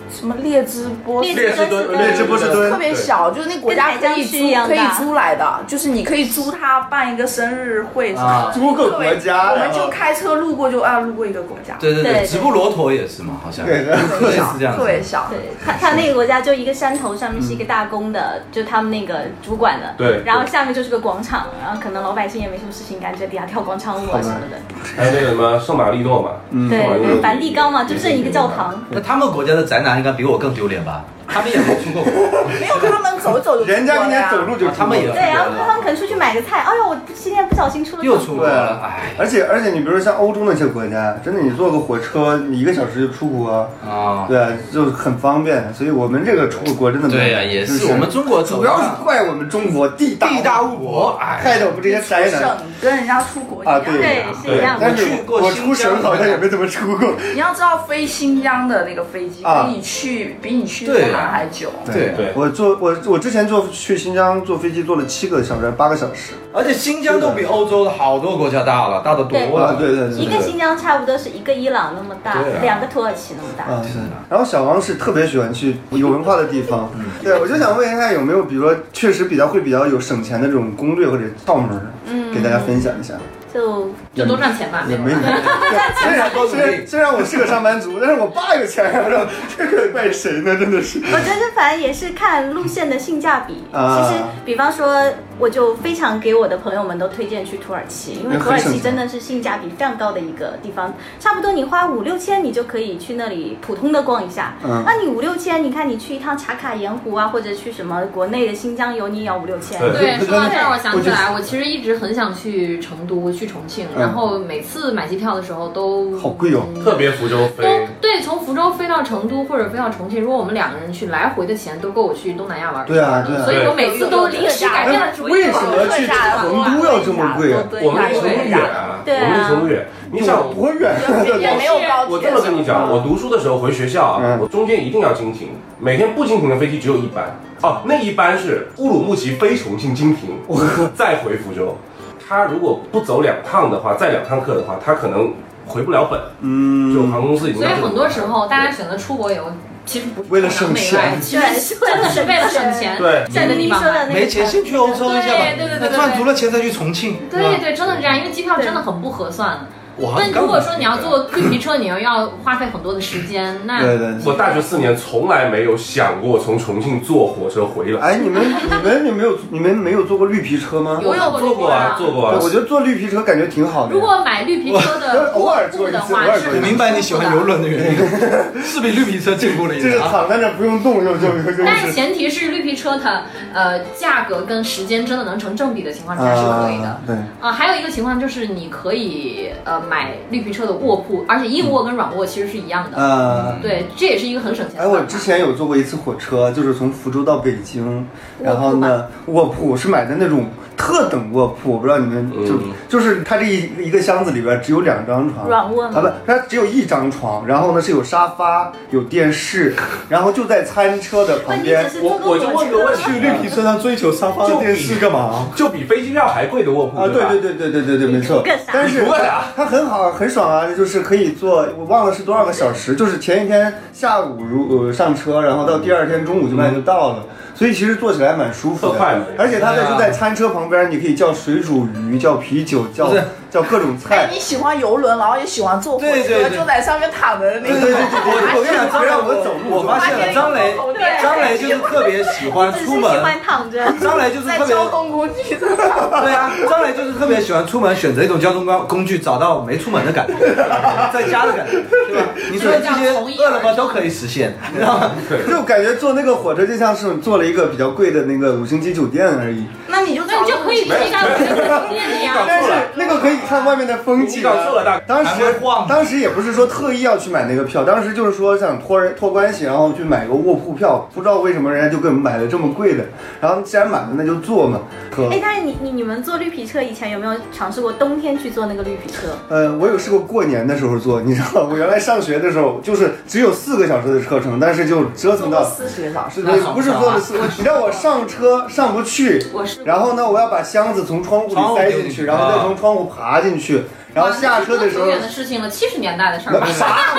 什么列支波士列支敦列支波士敦特别小，就是那国家可以租可以租来的，就是你可以租它办一个生日会什么的。 租个国家， 我们就开车路过就啊路过一个国家。 对对对，直布罗陀也是嘛，好像对对对是这样， 特别小。 对，他他那个国家就一个山头上面是一个大公的，就他们那个主管的。 对。 然后下面就是个广场，然后可能老百姓也没什么事情干，就底下跳广场舞啊什么的。 还有那个什么圣马力诺嘛， 对对，梵蒂冈嘛，就剩一个教堂。 那他们国家的宅男应该比我更丢脸吧？他们也没出过国， 没有，他们走走就人家今天走路就他们也对，然后他们可能出去买个菜，哎呦，我今天不小心出了又出国了，哎。 而且而且你比如说像欧洲那些国家，真的你坐个火车，你一个小时就出国啊，对，就很方便。所以我们这个出国真的对呀，也是我们中国主要是怪我们中国地大地大物博， 害得我们这些宅男跟人家出国一样， 对是一样。 但是我出省好像也没怎么出过。 你要知道，飞新疆的那个飞机比你去比你去武汉还久。 对对，我坐我我之前坐去新疆坐飞机坐了七个小时，八个小时， 而且新疆都比欧洲的好多国家大了，大得多了。 对对对， 一个新疆差不多是一个伊朗那么大，两个土耳其那么大。 嗯，是。然后小王是特别喜欢去有文化的地方，对，我就想问一下有没有比如说确实比较会比较有省钱的这种攻略或者窍门，嗯，给大家分享一下。 就就多赚钱吧， 也没有。虽然虽然虽然我是个上班族，但是我爸有钱，我说这个怪谁呢？真的是。 我觉得反正也是看路线的性价比。啊、其实，比方说，我就非常给我的朋友们都推荐去土耳其，因为土耳其真的是性价比非常高的一个地方。差不多你花五六千，你就可以去那里普通的逛一下。嗯。那你五六千，你看你去一趟茶卡盐湖啊，或者去什么国内的新疆游，你也要五六千。 对，说到这儿，我想起来，我其实一直很想去成都去。重庆，然后每次买机票的时候都好贵哦， 嗯、特别福州飞， 都对，从福州飞到成都或者飞到重庆，如果我们两个人去，来回的钱都够我去东南亚玩。 对啊，对啊， 所以我每次都临时改变了主意。 为什么去成都要这么贵啊？ 我们离成都远啊，我们离成都远。你想多远？ 也没有高铁。 我这么跟你讲，我读书的时候回学校啊，我中间一定要经停，每天不经停的飞机只有一班。哦，那一班是乌鲁木齐飞重庆经停，再回福州。他如果不走两趟的话，再两趟课的话，他可能回不了本。嗯，就航空公司已经。 所以很多时候，大家选择出国游，其实不是为了省钱， 其实真的是为了省钱。 对， 在的地方没钱先去欧洲一下吧， 对对对对， 赚足了钱再去重庆。 对对，真的是这样，因为机票真的很不合算。但如果说你要坐绿皮车，你又要花费很多的时间。那对对， 我大学四年从来没有想过从重庆坐火车回来。 哎，你们你们有没有你们没有坐过绿皮车吗？ 我有坐过啊，坐过啊。 我觉得坐绿皮车感觉挺好的。 如果买绿皮车的偶尔坐的话， 我明白你喜欢游轮的原因，是比绿皮车进步了一点。 就是躺在那不用动就就就。 但是前提是绿皮车它呃价格跟时间真的能成正比的情况下是可以的。 对啊，还有一个情况就是你可以呃买绿皮车的卧铺，而且硬卧跟软卧其实是一样的。嗯，对，这也是一个很省钱的。 哎，我之前有坐过一次火车，就是从福州到北京，然后呢，卧铺是买的那种特等卧铺，我不知道你们就、嗯、就是它这一一个箱子里边只有两张床， 软卧吗？ 啊不，它只有一张床，然后呢是有沙发、有电视，然后就在餐车的旁边。 我我就问个问题， 去绿皮车上追求沙发、电视干嘛？ 就比飞机票还贵的卧铺啊！对对对对对对对，没错。但是它很好，很爽啊，就是可以坐，我忘了是多少个小时，就是前一天下午如呃上车，然后到第二天中午就慢就到了。所以其实坐起来蛮舒服的，而且它在就在餐车旁边，你可以叫水煮鱼、叫啤酒、叫叫各种菜。 哎，你喜欢游轮，然后也喜欢坐火车，就在上面躺着那个。 对对对对，我跟你讲，别让我走路。 我发现了，张雷，张雷就是特别喜欢出门， 喜欢躺着。 张雷就是特别交通工具。 对啊，张雷就是特别喜欢出门，选择一种交通工具，找到没出门的感觉，在家的感觉，对吧？你说这些饿了么都可以实现，你知道吗？ 就感觉坐那个火车就像是坐了一个比较贵的那个五星级酒店而已。 那你就那你就可以去一家五星级酒店呀。 但是那个可以看外面的风景。当时当时也不是说特意要去买那个票，当时就是说想托人托关系，然后去买个卧铺票。不知道为什么人家就给我们买了这么贵的，然后既然买了那就坐嘛。 哎，但是你你你们坐绿皮车以前有没有尝试过冬天去坐那个绿皮车？ 呃，我有试过过年的时候坐，你知道，我原来上学的时候就是只有四个小时的车程，但是就折腾到四十个小时。 对，不是坐了四，你知道我上车上不去，然后呢，我要把箱子从窗户里塞进去，然后再从窗户爬进去。然后下车的时候， 远的事情了，七十年代的事儿吧。 啥玩意儿？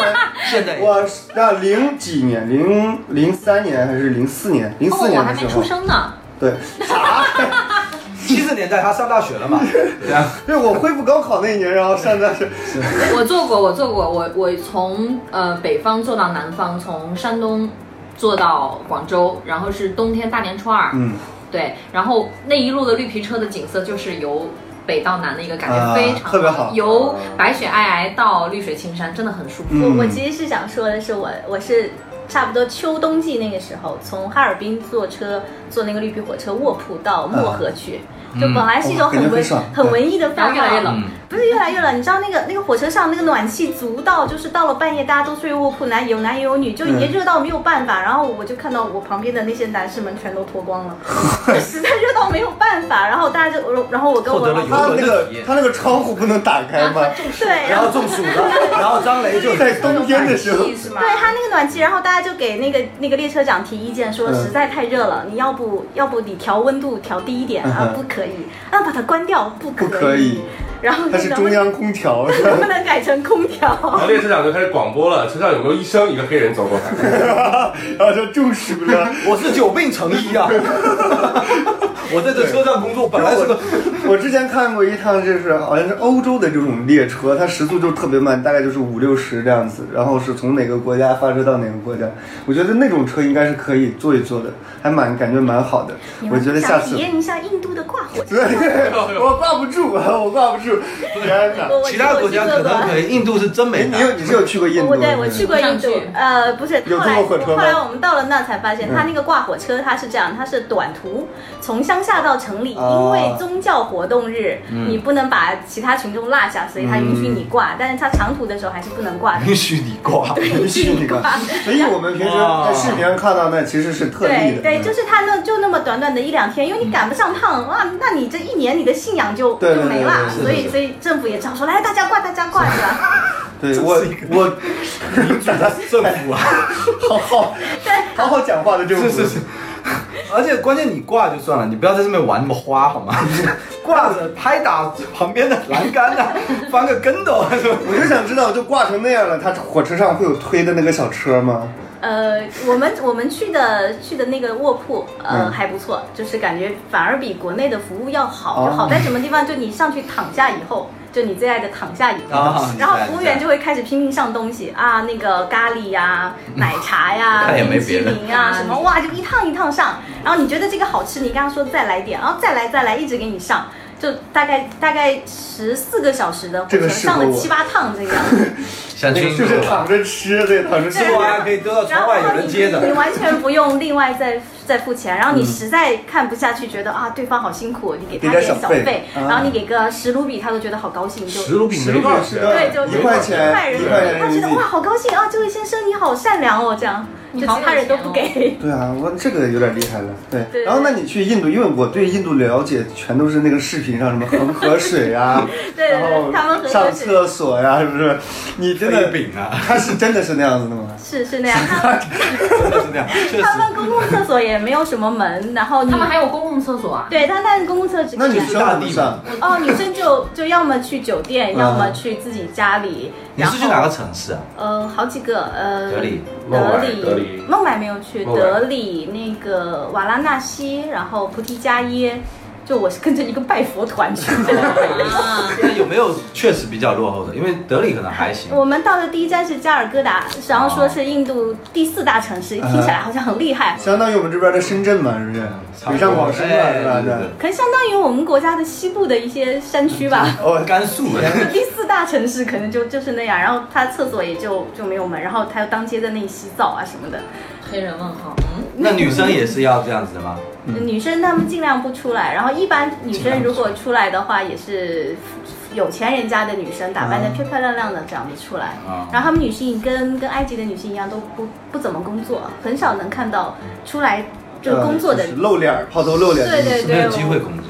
现在我那零几年，零零三年还是零四年？零四年的时候， 哦，我还没出生呢。 对，啥？ 七十年代他上大学了嘛？对啊， 对，我恢复高考那一年，然后上大学。 我做过，我做过，我我从呃北方做到南方，从山东做到广州，然后是冬天大年初二。嗯，对，然后那一路的绿皮车的景色就是由北到南的一个感觉，非常、 啊、特别好。 由白雪皑皑到绿水青山，真的很舒服。 嗯、我我其实是想说的是，我我是。差不多秋冬季那个时候，从哈尔滨坐车坐那个绿皮火车卧铺到漠河去，嗯、就本来是一种很文、嗯、很文艺的范越来越冷， 不是越来越冷。你知道那个那个火车上那个暖气足到，就是到了半夜大家都睡卧铺，男有男也有女，就已经热到没有办法。嗯、然后我就看到我旁边的那些男士们全都脱光了，实在热到没有办法。然后大家就，然后我跟我老他那个他那个窗户不能打开吗？ 对， 然后中暑了，然后张雷就在冬天的时候， 对他那个暖气，然后大家就给那个那个列车长提意见说，实在太热了，你要不要不你调温度调低一点啊？不可以，啊把它关掉，不可以。 不可以。 然后它是中央空调， 能不能改成空调？ 然后列车长就开始广播了，车上有没有医生？一个黑人走过来， 然后说中暑了， 我是久病成医啊。我在这车上工作，本来是个。 我之前看过一趟，就是好像是欧洲的这种列车，它时速就特别慢，大概就是五六十这样子，然后是从哪个国家发车到哪个国家。我觉得那种车应该是可以坐一坐的，还蛮感觉蛮好的。我觉得下次体验一下印度的挂火车。 对，我挂不住，我挂不住。天哪！ 其他国家可能可以，印度是真没。 你有你是有去过印度？ 我对我去过印度，呃，不是。 有坐过火车吗？ 后来我们到了那才发现，它那个挂火车它是这样，它是短途从乡下到城里，因为宗教活动日，你不能把其他群众落下，所以它允许你挂，但是它长途的时候还是不能挂的。 允许你挂， 允许你挂。 所以我们平时在视频上看到那其实是特例的。 对对，就是它那就那么短短的一两天，因为你赶不上趟，哇，那你这一年你的信仰就就没了，所以所以政府也只好说，来大家挂，大家挂着。 对我我民主的政府啊， 好好好好讲话的政府。 是是是。而且关键你挂就算了，你不要在这边玩那么花好吗？挂着拍打旁边的栏杆啊，翻个跟斗啊什么。 我就想知道，就挂成那样了，它火车上会有推的那个小车吗？ 呃，我们我们去的去的那个卧铺，呃、嗯、还不错，就是感觉反而比国内的服务要好。就好在什么地方？就你上去躺下以后。就你最爱的躺下以后，哦、然后服务员就会开始拼命上东西啊，那个咖喱呀、啊、奶茶呀、冰淇淋啊什么，哇，就一趟一趟上。然后你觉得这个好吃，你跟他说再来点，然后再来再来，一直给你上。就大概大概十四个小时的火车上了七八趟这个样子。 想去就是躺着吃，对，躺着吃啊，可以得到窗外有人接的。 你完全不用另外再再付钱，然后你实在看不下去，觉得啊对方好辛苦，你给他点小费，然后你给个十卢比，他都觉得好高兴，就十卢比没多少钱， 对，就一块钱， 一块人，他觉得哇好高兴啊，这位先生你好善良哦，这样。就其他人都不给。 对啊，我这个有点厉害了。对，对然后那你去印度，因为我对印度了解全都是那个视频上什么恒河水啊， 对然后上厕所呀、啊，是不是？你真的饼啊？ 他是真的是那样子的吗？ 是是那样， 真的是那样。 他们公共厕所也没有什么门，然后他们还有公共厕所啊？ 对，他那公共厕所。 那女生大地上？ 哦，女生就就要么去酒店，要么去自己家里。 你是去哪个城市啊？ 呃，好几个，呃， 德里、 德里、孟买没有去，德里那个瓦拉纳西，然后菩提迦耶，就我是跟着一个拜佛团去的。 啊，有没有确实比较落后的？因为德里可能还行。 我们到的第一站是加尔各答，然后说是印度第四大城市，听起来好像很厉害。 相当于我们这边的深圳嘛，是不是？北上广深嘛，是吧？对。 可能相当于我们国家的西部的一些山区吧。 哦，甘肃。 第四大城市可能就就是那样，然后它厕所也就就没有门，然后还有当街在那里洗澡啊什么的。 黑人问号。 嗯。那女生也是要这样子的吗？ 嗯、女生她们尽量不出来，然后一般女生如果出来的话，也是有钱人家的女生打扮得漂漂亮亮的这样子出来。啊、然后她们女性跟跟埃及的女性一样，都不不怎么工作，很少能看到出来就工作的、 呃就是、露脸、抛头露脸， 对对对， 没有机会工作。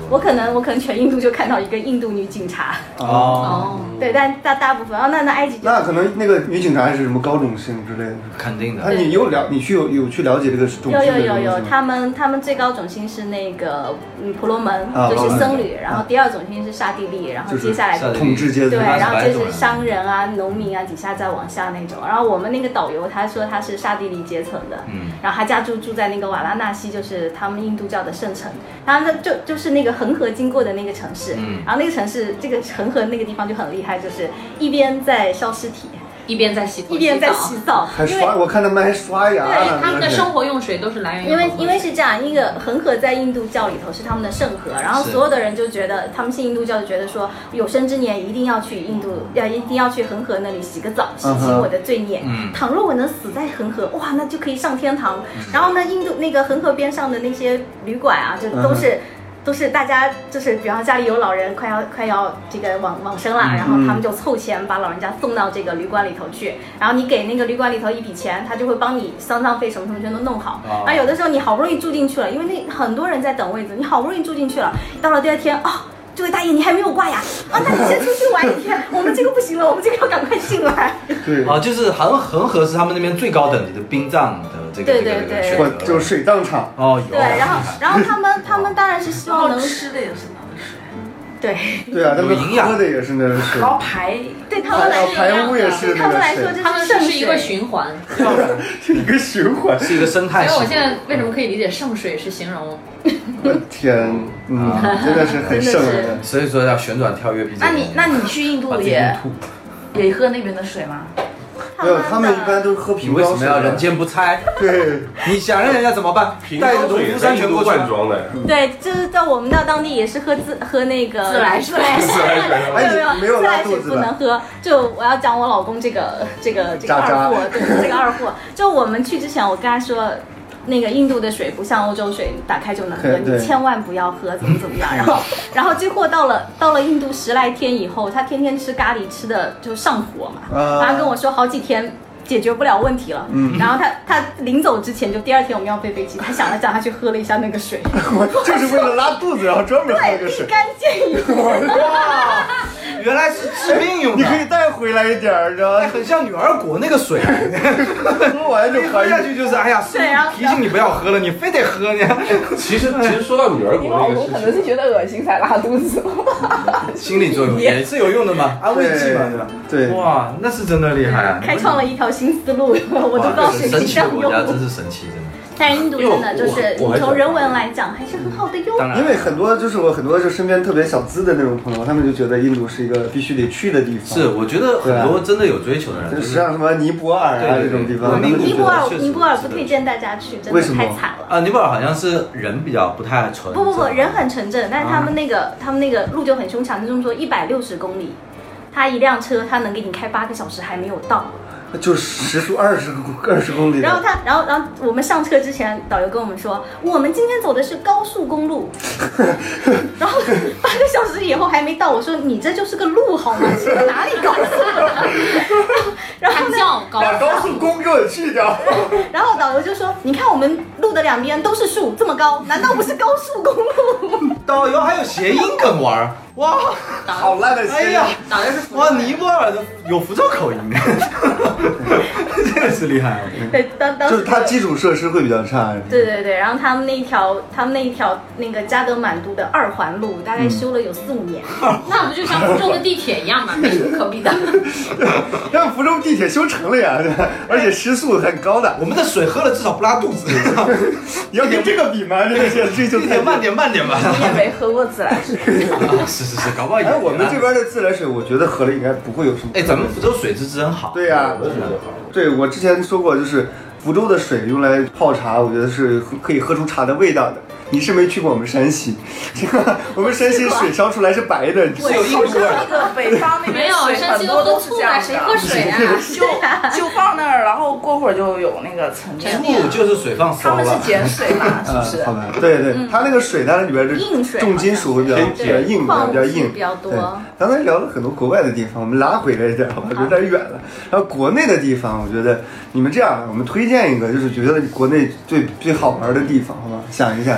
我可能我可能全印度就看到一个印度女警察。 哦， 对，但大大部分，哦，那那埃及那可能那个女警察是什么高种姓之类的， 肯定的。 啊，你有了，你去有有去了解这个种姓的有有有有， 吗他们他们最高种姓是那个嗯婆罗门， 啊就是僧侣， 啊然后第二种姓是刹帝利，然后接下来就是统治阶层， 对，然后这就是商人啊、农民啊，底下再往下那种。然后我们那个导游他说他是刹帝利阶层的， 嗯， 然后他家住住在那个瓦拉纳西，就是他们印度教的圣城，然后就就是那个恒河经过的那个城市， 嗯， 然后那个城市这个恒河那个地方就很厉害，就是一边在烧尸体。 一边在洗头， 一边在洗澡， 还刷，我看他们还刷牙呢。 他们的生活用水都是来源于因为因为是这样，一个恒河在印度教里头是他们的圣河，然后所有的人就觉得他们信印度教就觉得说有生之年一定要去印度，要一定要去恒河那里洗个澡，洗清我的罪孽。 嗯， 倘若我能死在恒河，哇，那就可以上天堂。然后呢，印度那个恒河边上的那些旅馆啊，就都是。都是大家就是，比方家里有老人快要快要这个往往生了，然后他们就凑钱把老人家送到这个旅馆里头去，然后你给那个旅馆里头一笔钱，他就会帮你丧葬费什么什么全都弄好。啊，有的时候你好不容易住进去了，因为那很多人在等位子，你好不容易住进去了，到了第二天哦。这位大爷，你还没有挂呀？啊，那你先出去玩一天。我们这个不行了，我们这个要赶快进来。 对啊，就是恒恒河是他们那边最高等级的殡葬的这个对对对， 或就是水葬场。 哦，有。 对，然后然后他们他们当然是希望能吃的也是那个水。 对对啊，他们喝的也是那个水。 然后排对他们来说， 排污也是他们来说， 他们是一个循环， 是一个循环， 是一个生态。 所以我现在为什么可以理解圣水是形容？ 我天，嗯，真的是很圣人。 所以说要旋转跳跃啤酒。 那你那你去印度也也喝那边的水吗？ 没有，他们一般都喝瓶装水。 为什么要人间不拆？ 对， 你想让人家怎么办？带着农夫山泉过去罐装的。 对，就是在我们那当地也是喝自喝那个自来水， 自来水， 没有没有没有自来水不能喝。就我要讲我老公这个这个这个二货，对这个二货。就我们去之前，我跟他说。那个印度的水不像欧洲水，打开就能喝，你千万不要喝，怎么怎么样。然后，然后结果到了到了印度十来天以后，他天天吃咖喱，吃的就上火嘛。 啊、 然后跟我说好几天解决不了问题了。嗯。然后他他临走之前，就第二天我们要飞飞机，他想了想，他去喝了一下那个水， 就是为了拉肚子，然后专门喝那个水。 立竿见影。 哇！原来是治病用的， 你可以带回来一点儿，知道吗？ 很像女儿国那个水， 喝完就喝下去就是，哎呀，提醒你不要喝了，你非得喝呢。 其实其实说到女儿国那个事情， 可能是觉得恶心才拉肚子， 心理作用也是有用的嘛，安慰剂嘛，对吧？ 对， 哇，那是真的厉害啊！ 开创了一条新思路，我都不知道水神奇的这样用。 国家真是神奇，真的。 但是印度真的就是你从人文来讲还是很好的哟。 因为很多就是我很多就身边特别小资的那种朋友，他们就觉得印度是一个必须得去的地方。 是，我觉得很多真的有追求的人， 就是像什么尼泊尔啊这种地方。 尼泊尔尼泊尔不推荐大家去，真的太惨了。 啊，尼泊尔好像是人比较不太纯。 不不不，人很纯正，但是他们那个他们那个路就很凶残，就这么说一百六十公里，他一辆车他能给你开八个小时还没有到。 就时速二十二十公里。 然后他，然后然后我们上车之前，导游跟我们说，我们今天走的是高速公路。然后八个小时以后还没到，我说你这就是个路好吗？是哪里高速？然后呢， 把高速公给我去掉。 然后导游就说，你看我们路的两边都是树，这么高，难道不是高速公路？ 导游还有谐音梗玩。哇， 好烂的谐音！ 导游是哇，尼泊尔的有福州口音，真的是厉害。 对，当当就是它基础设施会比较差。 对对对，然后他们那一条，他们那一条那个加德满都的二环路，大概修了有四五年。 那不就像福州的地铁一样嘛，没什么可比的。 但福州地铁修成了呀，而且时速很高的。 我们的水喝了至少不拉肚子。 你要跟这个比吗？这个是追求太慢点慢点吧。 你也没喝过自来水。 是是是，搞不好也。 哎，我们这边的自来水，我觉得喝了应该不会有什么。 哎，咱们福州水质真好。 对呀，对我之前说过，就是福州的水用来泡茶，我觉得是可以喝出茶的味道的。你是没去过我们山西，我们山西水烧出来是白的， 是有印度味。 那个北方那边水很多都是这样的， 谁喝水啊？ 就就放那儿，然后过会儿就有那个层面。 醋就是水放馊了。 他们是碱水嘛，是不是？ 好吧，对对，它那个水它里边是硬水， 重金属会比较比较硬，比较硬， 比较多。 刚才聊了很多国外的地方，我们拉回来一点，好吧，有点远了。然后国内的地方，我觉得你们这样，我们推荐一个，就是觉得国内最最好玩的地方，好吧？想一下。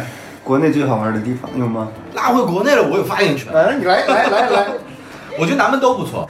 国内最好玩的地方有吗？ 拉回国内了，我有发言权。 来，你来来来来， 我觉得南门都不错。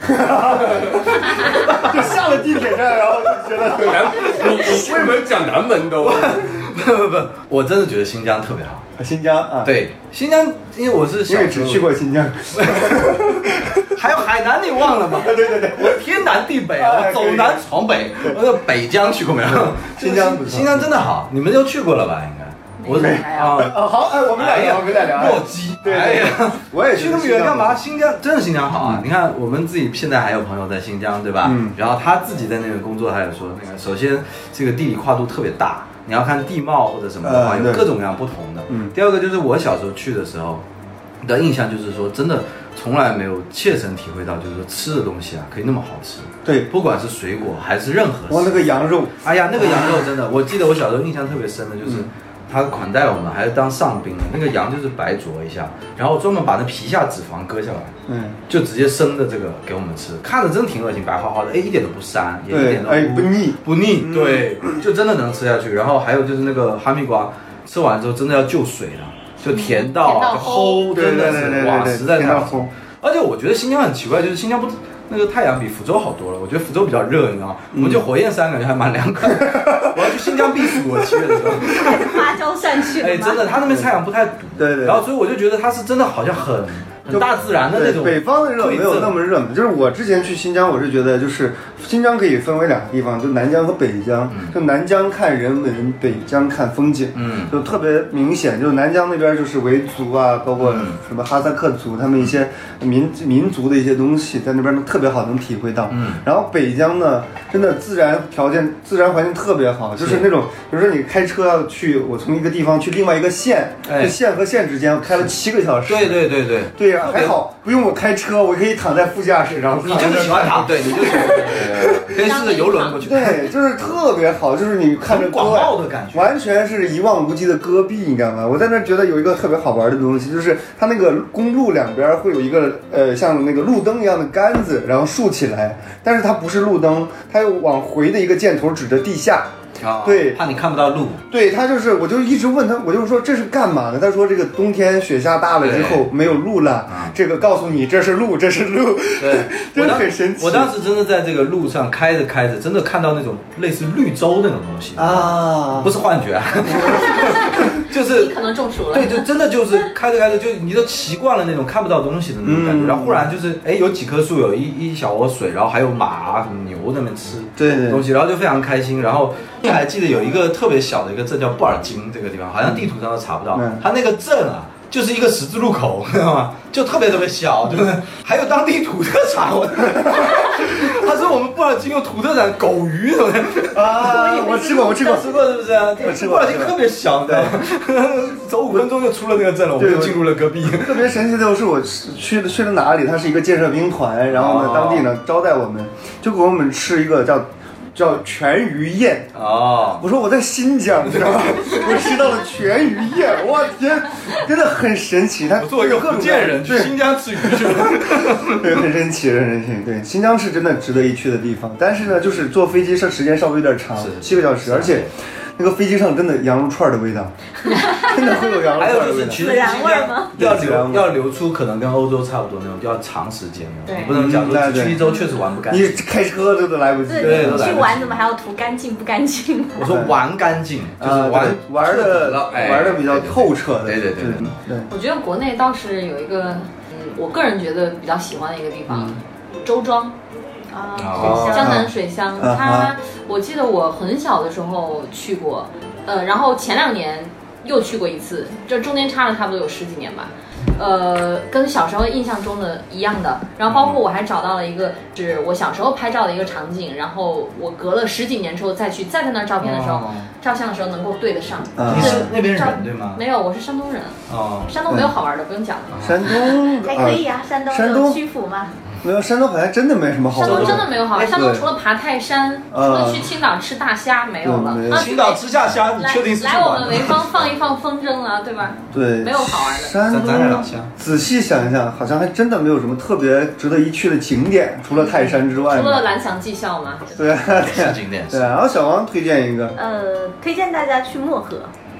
就下了地铁站，然后就觉得南，你你为什么讲南门都？ 不不不，我真的觉得新疆特别好。 新疆啊， 对，新疆，因为我是因为只去过新疆， 还有海南，你忘了吗？ 对对对， 我天南地北啊，我走南闯北，我北疆去过没有？ 新疆不错， 新疆真的好，你们都去过了吧？应该。我没啊， 哦好，哎，我们俩聊，我们俩聊。 洛基， 对， 哎呀， 我也去那么远干嘛？新疆真的新疆好啊！你看，我们自己现在还有朋友在新疆，对吧？嗯。然后他自己在那边工作，他也说，那个首先这个地理跨度特别大，你要看地貌或者什么的话，有各种各样不同的。嗯。第二个就是我小时候去的时候的印象，就是说真的从来没有切身体会到，就是说吃的东西啊可以那么好吃。 对， 不管是水果还是任何。 哇，那个羊肉， 哎呀，那个羊肉真的，我记得我小时候印象特别深的就是。他款待我们，还是当上宾的。那个羊就是白灼一下，然后专门把那皮下脂肪割下来，嗯，就直接生的这个给我们吃，看着真挺恶心，白花花的，哎，一点都不膻，也一点都不、 哎、不腻， 不腻，嗯、对，就真的能吃下去。然后还有就是那个哈密瓜，吃完之后真的要就水了，就甜到啊， 齁，真的是哇，实在太齁。 而且我觉得新疆很奇怪，就是新疆不。那个太阳比福州好多了，我觉得福州比较热，你知道吗？我们就火焰山感觉还蛮凉快的。我要去新疆避暑，我七月的时候。 芭蕉扇去了。 哎，真的，他那边太阳不太毒。 对对。 然后所以我就觉得他是真的好像很很大自然的那种。 北方的热没有那么热，就是我之前去新疆，我是觉得就是新疆可以分为两个地方，就南疆和北疆。嗯、就南疆看人文，北疆看风景。嗯。就特别明显，就是南疆那边就是维族啊，包括什么哈萨克族，他们一些民民族的一些东西，在那边能特别好能体会到。嗯。然后北疆呢，真的自然条件、自然环境特别好，就是那种，比如说你开车要去，我从一个地方去另外一个县，哎、县和县之间我开了七个小时。 对对对对。 对呀、啊，还好不用我开车，我可以躺在副驾驶，然后你就是喜欢躺，对，你就喜欢，可以试着游轮过去。 对，就是特别好，就是你看着广袤的感觉， 完全是一望无际的戈壁，你知道吗？我在那觉得有一个特别好玩的东西，就是它那个公路两边会有一个呃像那个路灯一样的杆子，然后竖起来，但是它不是路灯，它有往回的一个箭头指着地下。 哦、 对， 怕你看不到路。 对，他就是，我就一直问他，我就说这是干嘛的？他说这个冬天雪下大了之后没有路了，嗯、这个告诉你这是路，这是路。 对， 真的很神奇。 我当时真的在这个路上开着开着，真的看到那种类似绿洲那种东西啊， 不是幻觉啊，就是你可能中暑了。 对，就真的就是开着开着，就你都习惯了那种看不到东西的那种感觉，嗯、然后忽然就是哎有几棵树，有一一小窝水，然后还有马、牛在那边吃对东西，然后就非常开心，然后。还记得有一个特别小的一个镇叫布尔津，这个地方好像地图上都查不到。嗯、它那个镇啊，就是一个十字路口，知道吗？就特别特别小，就是还有当地土特产。我他说我们布尔津有土特产狗鱼，对不对？ 啊，我吃过，我吃过， 吃过是不是？我吃过。布尔津特别小，对，走五分钟就出了那个镇了，我们就进入了戈壁。 特别神奇的是，我去去了哪里？它是一个建设兵团，然后呢，当地呢招待我们，就给我们吃一个叫。叫全鱼宴哦， 我说我在新疆，你知道吗？我吃到了全鱼宴，我天，真的很神奇。他我作为一个福建人去新疆吃鱼去了， 对，很神奇，很神奇。对，新疆是真的值得一去的地方，但是呢，就是坐飞机上时间稍微有点长，七个小时，而且。那个飞机上真的羊肉串的味道，真的会有羊肉串的味道。 还有就是，其实新疆要流要流出可能跟欧洲差不多那种，要长时间的，你不能讲说去一周确实玩不干净。 你开车都都来不及， 对，去玩怎么还要涂干净不干净？ 我说玩干净，就是玩玩的玩的比较透彻的。 对对对对。 我觉得国内倒是有一个，嗯，我个人觉得比较喜欢的一个地方，周庄。啊，江南水乡，它我记得我很小的时候去过，呃，然后前两年又去过一次，这中间差了差不多有十几年吧，呃，跟小时候印象中的一样的。然后包括我还找到了一个，是我小时候拍照的一个场景，然后我隔了十几年之后再去再在那儿照片的时候，哦、照相的时候能够对得上。 你是那边人对吗？ 没有，我是山东人。哦，山东没有好玩的，不用讲了。 山东还可以啊，山东山东曲阜嘛。 没有，山东好像真的没什么好玩的。 山东真的没有好玩，山东除了爬泰山，除了去青岛吃大虾，没有了。 啊，青岛吃下虾，你确定是？ 来我们潍坊放一放风筝啊，对吧？ 对， 没有好玩的。 山东，仔细想一想，好像还真的没有什么特别值得一去的景点，除了泰山之外。 除了蓝翔技校吗？ 对， 是景点。 对，然后小王推荐一个。 呃，推荐大家去漠河。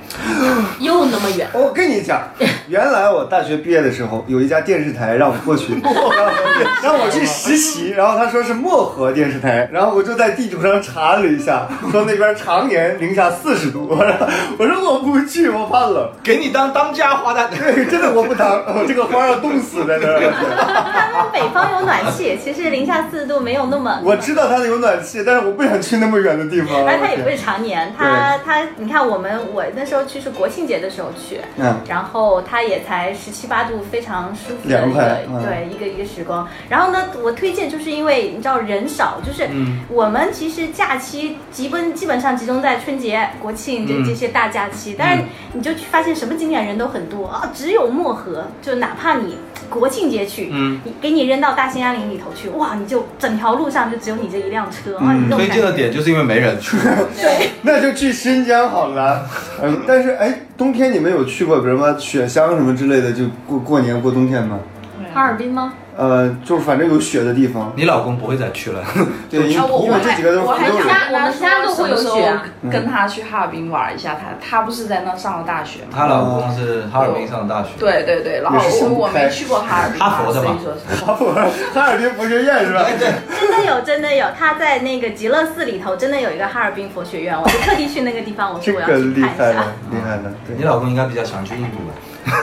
又那么远。 我跟你讲，原来我大学毕业的时候，有一家电视台让我过去，让我去实习，然后他说是漠河电视台，然后我就在地图上查了一下，说那边常年零下四十度，我说我不去，我怕冷， 给你当当家花旦， 对，真的我不当，我这个花要冻死在那儿。 他们北方有暖气，其实零下四十度没有那么。 我知道它有暖气，但是我不想去那么远的地方。 而它也不是常年，它它你看我们我那时候去是国庆节的时候去，嗯，然后它也才十七八度，非常舒服的一个、嗯、对一个一个时光。然后呢，我推荐就是因为你知道人少，就是我们其实假期基本基本上集中在春节、国庆这这些大假期，但是你就发现什么景点人都很多啊，只有漠河，就哪怕你国庆节去，嗯，你给你扔到大兴安岭里头去，哇，你就整条路上就只有你这一辆车，啊、嗯， 推荐的点就是因为没人去， 对， 那就去新疆好了。嗯，但是哎，冬天你们有去过比如什么雪乡什么之类的，就过过年过冬天吗？ 哈尔滨吗？ 呃，就是反正有雪的地方。 你老公不会再去了， 对，因为因为这几个都是福州人。 我们家都会有雪，跟他去哈尔滨玩一下。他他不是在那上了大学吗？ 她老公是哈尔滨上的大学。 对对对，然后我我没去过哈尔滨， 哈佛的嘛， 哈佛哈尔滨佛学院是吧？ 对， 真的有真的有，他在那个极乐寺里头真的有一个哈尔滨佛学院，我就特地去那个地方，我说我要去看一下。 厉害了，厉害了。对， 你老公应该比较想去印度吧？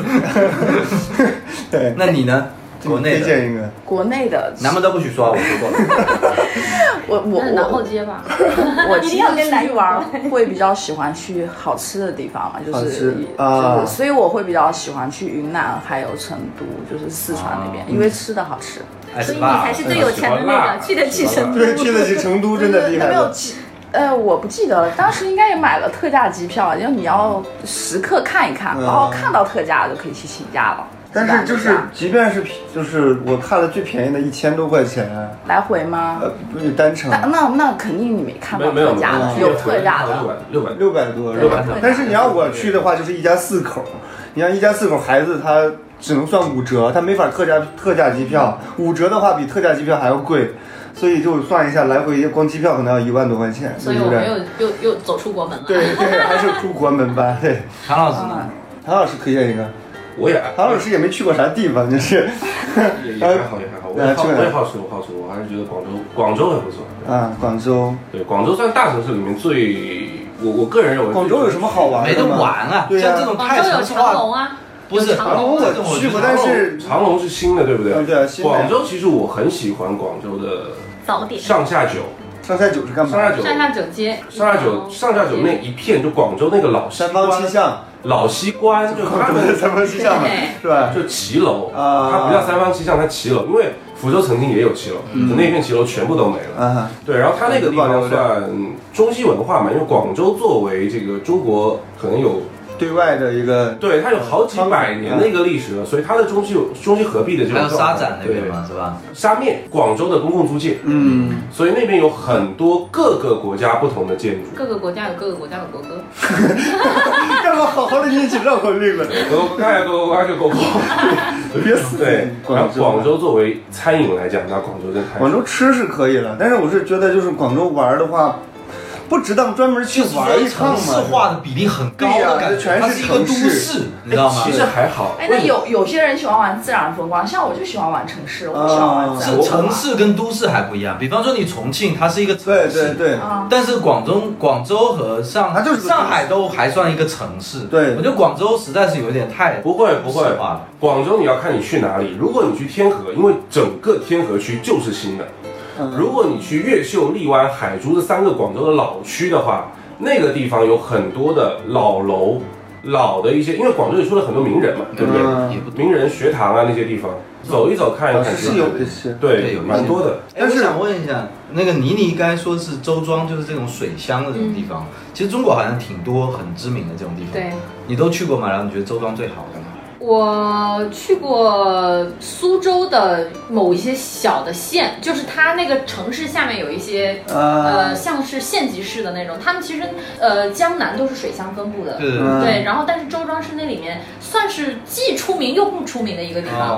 对， 那你呢？国内推荐一个， 国内的， 南门都不许说，我说过了。 我我南后街吧， 我其实出去玩会比较喜欢去好吃的地方嘛，就是啊，就是，所以我会比较喜欢去云南还有成都，就是四川那边，因为吃的好吃。 所以你才是最有钱的那个，去得起成都， 对，去得起成都真的厉害。 没有呃，我不记得了，当时应该也买了特价机票，因为你要时刻看一看，然后看到特价就可以去请假了。 但是就是，即便是就是我看了最便宜的一千多块钱， 来回吗？ 呃，不是单程。 那那那肯定你没看到特价的，有特价的， 六百六百多，六百多。但是你要我去的话，就是一家四口，你像一家四口，孩子他只能算五折，他没法特价特价机票，五折的话比特价机票还要贵。所以就算一下，来回光机票可能要一万多块钱。 所以我们又又又走出国门了。 对对，还是出国门吧。对， 唐老师呢？ 唐老师推荐一个。 我也， 唐老师也没去过啥地方，就是也也还好也还好，我也好我也好吃我好吃，我还是觉得广州广州很不错啊，广州对广州算大城市里面最，我我个人认为广州有什么好玩的？ 没得玩啊， 对像这种太城市化。 广州有长隆啊。 不是长隆我去过，但是长隆是新的，对不对？ 对啊，新的。 广州其实我很喜欢广州的早点上下九。 上下九是干嘛？ 上下九上下九街， 上下九上下九那一片，就广州那个老三坊七巷、 老西关，就他们的三坊七巷嘛，是吧？ 就骑楼啊，它不叫三坊七巷，它骑楼，因为福州曾经也有骑楼，就那片骑楼全部都没了。对，然后它那个地方算中西文化嘛，因为广州作为这个中国可能有。 对外的一个， 对，它有好几百年的一个历史了，所以它的中西中西合璧的这种。 还有沙展那边嘛，是吧？ 沙面，广州的公共租界，嗯，所以那边有很多各个国家不同的建筑。 各个国家有各个国家的国歌。 干嘛好好的念起绕口令了？ 我看下各个就够够， 别死。 对，然后广州作为餐饮来讲，那广州真太。 广州吃是可以了，但是我是觉得就是广州玩的话。不值当专门去玩一趟嘛？ 城市化的比例很高的感觉，它是一个都市，你知道吗？ 其实还好。 哎，那有有些人喜欢玩自然风光，像我就喜欢玩城市，我不喜欢玩自然风光。城市跟都市还不一样，比方说你重庆，它是一个城市， 对对对。 但是广州、广州和上它就是上海都还算一个城市。 对， 我觉得广州实在是有点太不会不会。广州你要看你去哪里，如果你去天河，因为整个天河区就是新的。如果你去越秀、荔湾、海珠这三个广州的老区的话，那个地方有很多的老楼、老的一些，因为广州也出了很多名人嘛，对不对？嗯、名人学堂啊那些地方，走一走看一看， 是有一些， 对，有蛮多的。 但是我想问一下，那个倪妮刚才说是周庄，就是这种水乡的这种地方，嗯、其实中国好像挺多很知名的这种地方。 对， 你都去过吗？然后你觉得周庄最好的吗？ 我去过苏州的某一些小的县，就是它那个城市下面有一些、uh, 呃，像是县级市的那种。他们其实呃江南都是水乡分布的，对、uh, 对。然后但是周庄是那里面算是既出名又不出名的一个地方。Uh,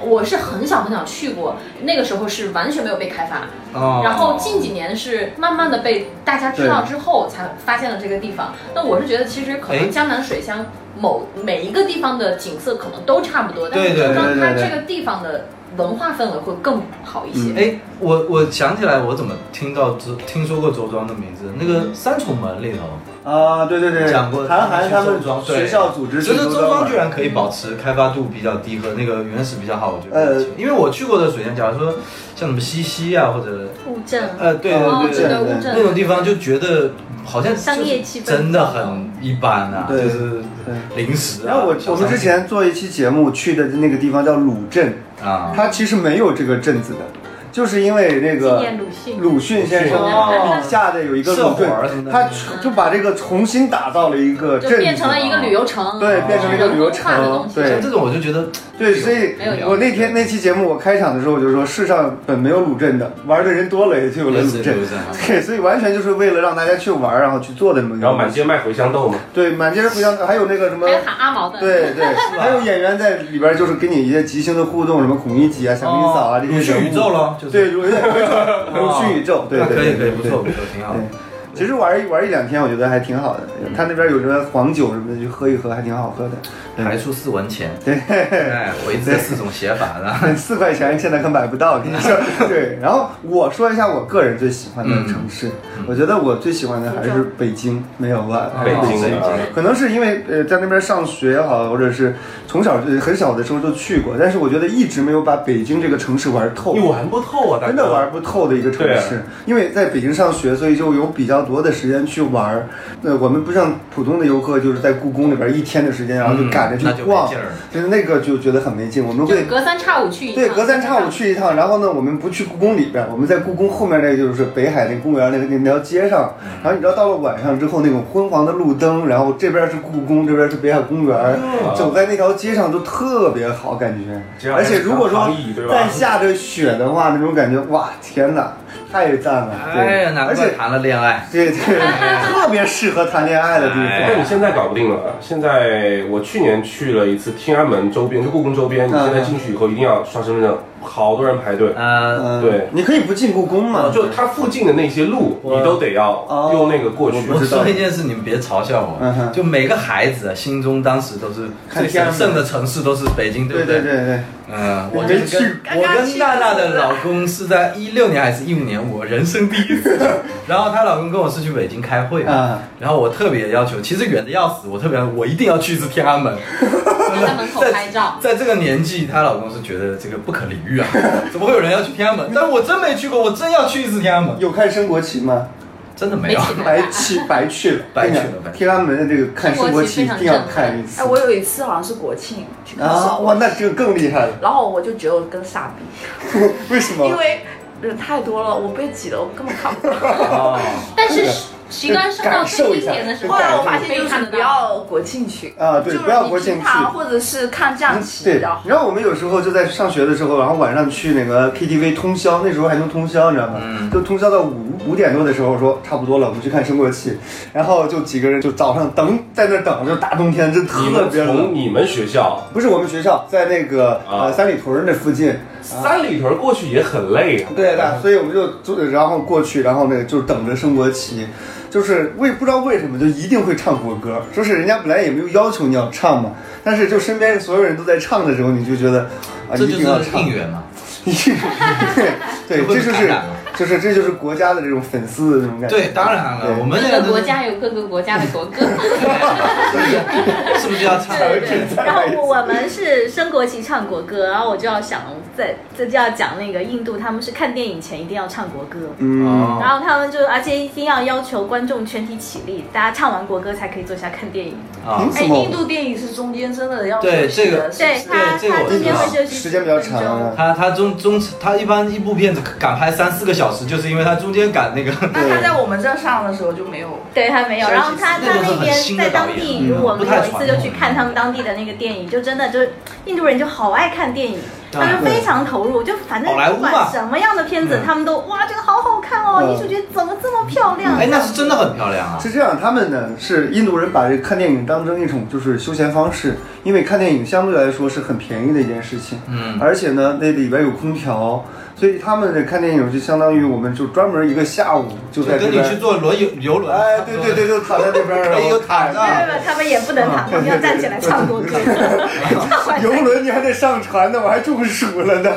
我是很小很小去过，那个时候是完全没有被开发，哦、然后近几年是慢慢的被大家知道之后才发现了这个地方。那我是觉得其实可能江南水乡某每一个地方的景色可能都差不多，但是周庄它这个地方的文化氛围会更好一些。 哎、嗯，我我想起来，我怎么听到听说过周庄的名字？那个《三重门》里头。 啊，对对对，讲过韩寒他们学校组织， 其实周庄居然可以保持开发度比较低和那个原始比较好，我觉得。呃，因为我去过的水乡，假如说像什么西溪啊，或者乌镇， 呃，对对对对， 乌镇那种地方就觉得好像商业气氛真的很一般啊，就是临时啊。 然后我我们之前做一期节目去的那个地方叫鲁镇啊，它其实没有这个镇子的。就是因为那个鲁迅先生笔下的有一个鲁镇，他就把这个重新打造了一个镇子， 变成了一个旅游城， 对，变成了一个旅游城，对， 这种我就觉得， 对，所以我那天那期节目我开场的时候我就说，世上本没有鲁镇的，玩的人多了也就有了鲁镇，对，所以完全就是为了让大家去玩，然后去做的那么， 然后满街卖茴香豆嘛， 对，满街茴香豆，还有那个什么， 还有喊阿毛的， 对对，还有演员在里边就是给你一些即兴的互动，什么孔乙己啊、祥林嫂啊这些人物， 宇宙了。 对，有点鲁迅宇宙，对对可以可以，不错不错，挺好的。 其实玩一玩一两天，我觉得还挺好的。他那边有什么黄酒什么的，去喝一喝，还挺好喝的。 排出四文钱， 对， 哎，回这四种写法的， 四块钱现在可买不到，跟你说。对，然后我说一下我个人最喜欢的城市，嗯、我觉得我最喜欢的还是北京，没有吧？ 北京，北京， 可能是因为呃在那边上学也好，或者是从小很小的时候就去过，但是我觉得一直没有把北京这个城市玩透。 你玩不透啊， 真的玩不透的一个城市。啊、因为在北京上学，所以就有比较多的时间去玩。那我们不像普通的游客，就是在故宫里边一天的时间，然后就赶着去逛，嗯、就, 就是那个就觉得很没劲。我们会隔三差五去一趟， 对，隔三差五去一趟。然后呢，我们不去故宫里边，我们在故宫后面那个就是北海那公园那个那条街上。然后你知道到了晚上之后，那种昏黄的路灯，然后这边是故宫，这边是北海公园，哦、走在那条街上都特别好感觉。而且如果说再下着雪的话，那种感觉，哇，天哪！太赞了， 哎呀，难怪谈了恋爱， 对对，特别适合谈恋爱的地方。 但你现在搞不定了，现在我去年去了一次天安门周边，就故宫周边，你现在进去以后一定要刷身份证，好多人排队。 嗯， 对， 你可以不进故宫嘛， 就它附近的那些路，你都得要用那个过去。 我说一件事，你们别嘲笑我，就每个孩子心中当时都是最神圣的城市都是北京，对不对？对对对。 嗯，我跟我跟娜娜的老公是在一六年还是一五年，我人生第一次去，然后她老公跟我是去北京开会嘛，然后我特别要求，其实远的要死，我特别我一定要去一次天安门， 在门口拍照。 在这个年纪，她老公是觉得这个不可理喻啊，怎么会有人要去天安门？但我真没去过，我真要去一次天安门。 有看升国旗吗？ 真的没有， 白去白去了， 白去了。 天安门的这个看升国旗一定要看一次。 哎，我有一次好像是国庆去看啊，哇，那这个更厉害了。 然后我就觉得我跟傻逼， 为什么？ 因为人太多了，我被挤了，我根本看不到。 哦， 但是极端升到最低点的时候， 后来我发现就是不要国庆去啊，对，不要国庆去， 或者是看降旗。 对，然后我们有时候就在上学的时候，然后晚上去那个 K T V 通宵，那时候还能通宵，你知道吗？嗯，就通宵到五五点多的时候，说差不多了，我们去看升国旗，然后就几个人就早上等在那等，就大冬天，真特别冷。 从你们学校不是我们学校，在那个、啊、呃三里屯那附近。 三里屯过去也很累啊。 对的，所以我们就然后过去，然后那个就等着升国旗。就是我也不知道为什么就一定会唱国歌，说是人家本来也没有要求你要唱嘛，但是就身边所有人都在唱的时候，你就觉得啊一定要唱。 应援嘛， 对对，这就是就是这就是国家的这种粉丝的这种感觉。 对，当然了，我们各个国家有各个国家的国歌， 是不是要唱？ 对对对。然后我们是升国旗唱国歌，然后我就要想在这就要讲那个印度，他们是看电影前一定要唱国歌，嗯，然后他们就而且一定要要求观众全体起立，大家唱完国歌才可以坐下看电影。 啊，哎，印度电影是中间真的要对这个对他他中间会休息时间比较长， 他他中中他一般一部片子赶拍三四个小时，就是因为他中间赶那个。 那他在我们这上的时候就没有， 对他没有，然后他他那边在当地，我们有一次就去看他们当地的那个电影，就真的就印度人就好爱看电影。 他们非常投入，就反正不管什么样的片子，他们都哇这个好好看哦，女主角怎么这么漂亮？ 哎，那是真的很漂亮啊！ 是这样，他们呢是印度人把这个看电影当成一种就是休闲方式，因为看电影相对来说是很便宜的一件事情，嗯，而且呢那里边有空调。所以他们的看电影就相当于我们就专门一个下午就在这边， 跟你去坐轮游游轮， 哎，对对对，就躺在这边，然后躺着。他们也不能躺，他们要站起来唱国歌。 游轮你还得上船呢，我还中暑了呢。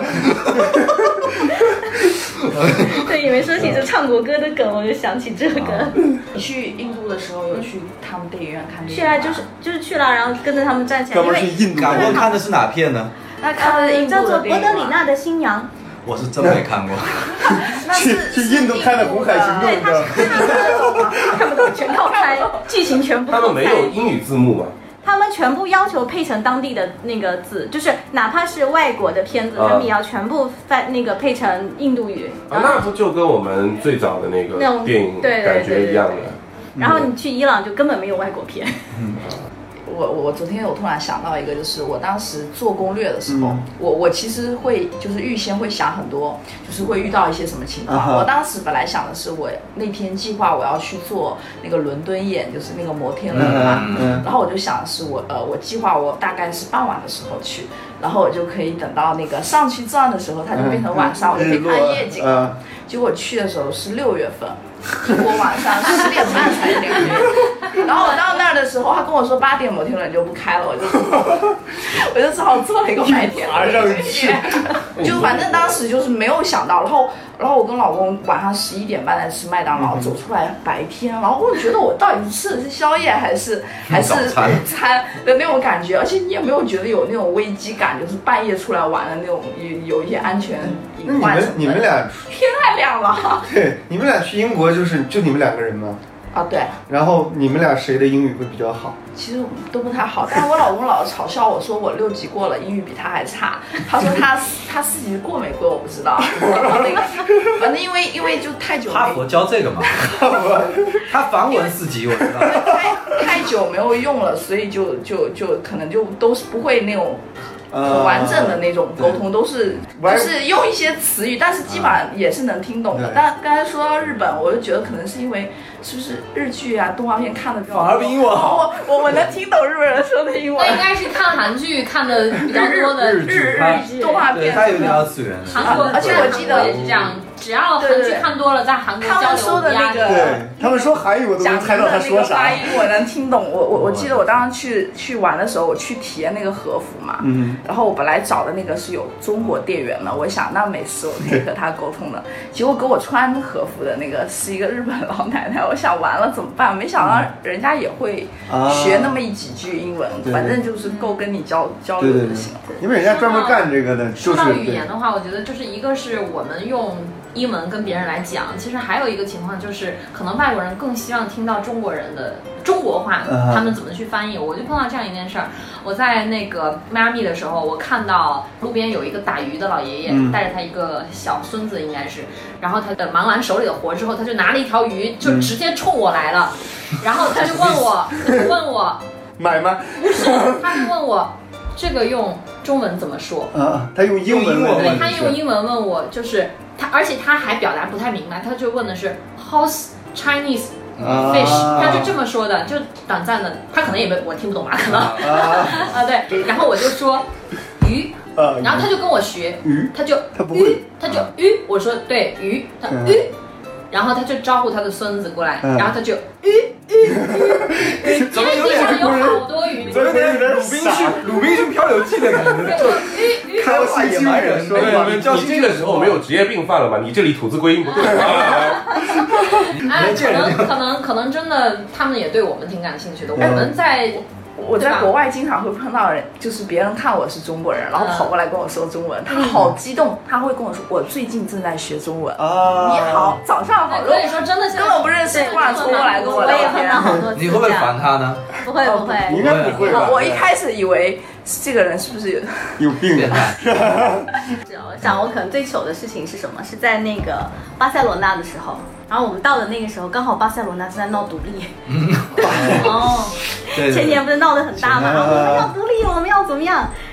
对，你们说起这唱国歌的梗，我就想起这个。 你去印度的时候有去他们电影院看电影？ 去啊，就是就是去了，然后跟着他们站起来。 专门去印度。 敢问看的是哪片呢？ 那看的印度的叫做波德里纳的新娘。 我是真没看过。 去去印度看的《红海行动》， 对，他看不懂，全靠猜，剧情全部靠猜。 他们没有英语字幕吗？ 他们全部要求配成当地的那个字，就是哪怕是外国的片子，他们也要全部翻那个配成印度语。 啊，那不就跟我们最早的那个电影感觉一样的？ 然后你去伊朗就根本没有外国片。 嗯。我我昨天我突然想到一个，就是我当时做攻略的时候，嗯、我我其实会就是预先会想很多，就是会遇到一些什么情况。Uh-huh. 我当时本来想的是，我那天计划我要去做那个伦敦眼，就是那个摩天轮嘛。Uh-huh. 然后我就想的是我呃我计划我大概是傍晚的时候去，然后我就可以等到那个上去转的时候，它就变成晚上，uh-huh. 我就可以看夜景了。Uh-huh. 结果去的时候是六月份。英国晚上十点半才那个，然后我到那儿的时候，他跟我说八点摩天轮就不开了，我就我就只好坐了一个白天， 爬上去， 就反正当时就是没有想到，然后然后我跟老公晚上十一点半在吃麦当劳，走出来白天，然后我觉得我到底吃的是宵夜还是还是午餐的那种感觉，而且你也没有觉得有那种危机感，就是半夜出来玩的那种有有一些安全隐患什么的。 你们你们俩天太亮了。 对，你们俩去英国就是就你们两个人吗？ 啊，对。 然后你们俩谁的英语会比较好？ 其实都不太好，但是我老公老嘲笑我说我六级过了，英语比他还差。他说他他四级过没过我不知道，反正因为因为就太久。 哈佛教这个嘛，他梵文四级我知道。 太太久没有用了，所以就就就可能就都是不会那种。很完整的那种沟通，都是就是用一些词语，但是基本上也是能听懂的。但刚才说到日本，我就觉得可能是因为是不是日剧啊、动画片看的比较多， 反而比英文好。 我我我能听懂日本人说的英文。 那应该是看韩剧看的比较多的日日日动画片， 它有点二次元。 韩国，而且我记得也是这样。只要韩剧看多了，在韩国交流的那个， 对他们说韩语我都能猜到他说啥。 发音我能听懂。我我我记得我当时去去玩的时候，我去体验那个和服嘛，嗯，然后我本来找的那个是有中国店员的，我想那没事，我可以和他沟通的。结果给我穿和服的那个是一个日本老奶奶，我想完了怎么办？没想到人家也会学那么一几句英文， 嗯、 反正就是够跟你交交流就行了。 因为人家专门干这个的。 说到语言的话，我觉得就是一个是我们用英文跟别人来讲，其实还有一个情况就是，可能外国人更希望听到中国人的中国话，他们怎么去翻译。我就碰到这样一件事儿，我在那个迈阿密的时候，我看到路边有一个打鱼的老爷爷，带着他一个小孙子应该是，然后他的忙完手里的活之后，他就拿了一条鱼，就直接冲我来了，然后他就问我，问我买吗？ 不是，他就问我这个用中文怎么说？ 啊，他用英文问， 对，他用英文问我，就是他，而且他还表达不太明白，他就问的是 How's Chinese fish，、啊、他就这么说的，就短暂的，他可能也没我听不懂吧，可能啊, 啊对，然后我就说鱼。啊、然后他就跟我学鱼， 他就他不会， 他就鱼，我说对鱼，他鱼。嗯，然后他就招呼他的孙子过来，嗯、然后他就鱼鱼鱼，因为地上有好多鱼， 有点鲁滨逊鲁滨逊漂流记的感觉，就鱼鱼。 开玩笑野蛮人说话，你这个时候没有职业病犯了吧？你这里吐字归音不对。 哎，可能可能可能真的，他们也对我们挺感兴趣的。我们在。 我在国外经常会碰到人，就是别人看我是中国人，然后跑过来跟我说中文，他好激动，他会跟我说我最近正在学中文。啊，你好，早上好。 所以说真的根本不认识，突然冲过来跟我聊天。 你会不会烦他呢？ 不会不会， 应该不会吧？ 我一开始以为这个人是不是有有病啊？ 我想我可能最糗的事情是什么？是在那个巴塞罗那的时候。然后我们到的那个时候，刚好巴塞罗那正在闹独立。哦，前年不是闹得很大吗？我们要独立，我们要怎么样？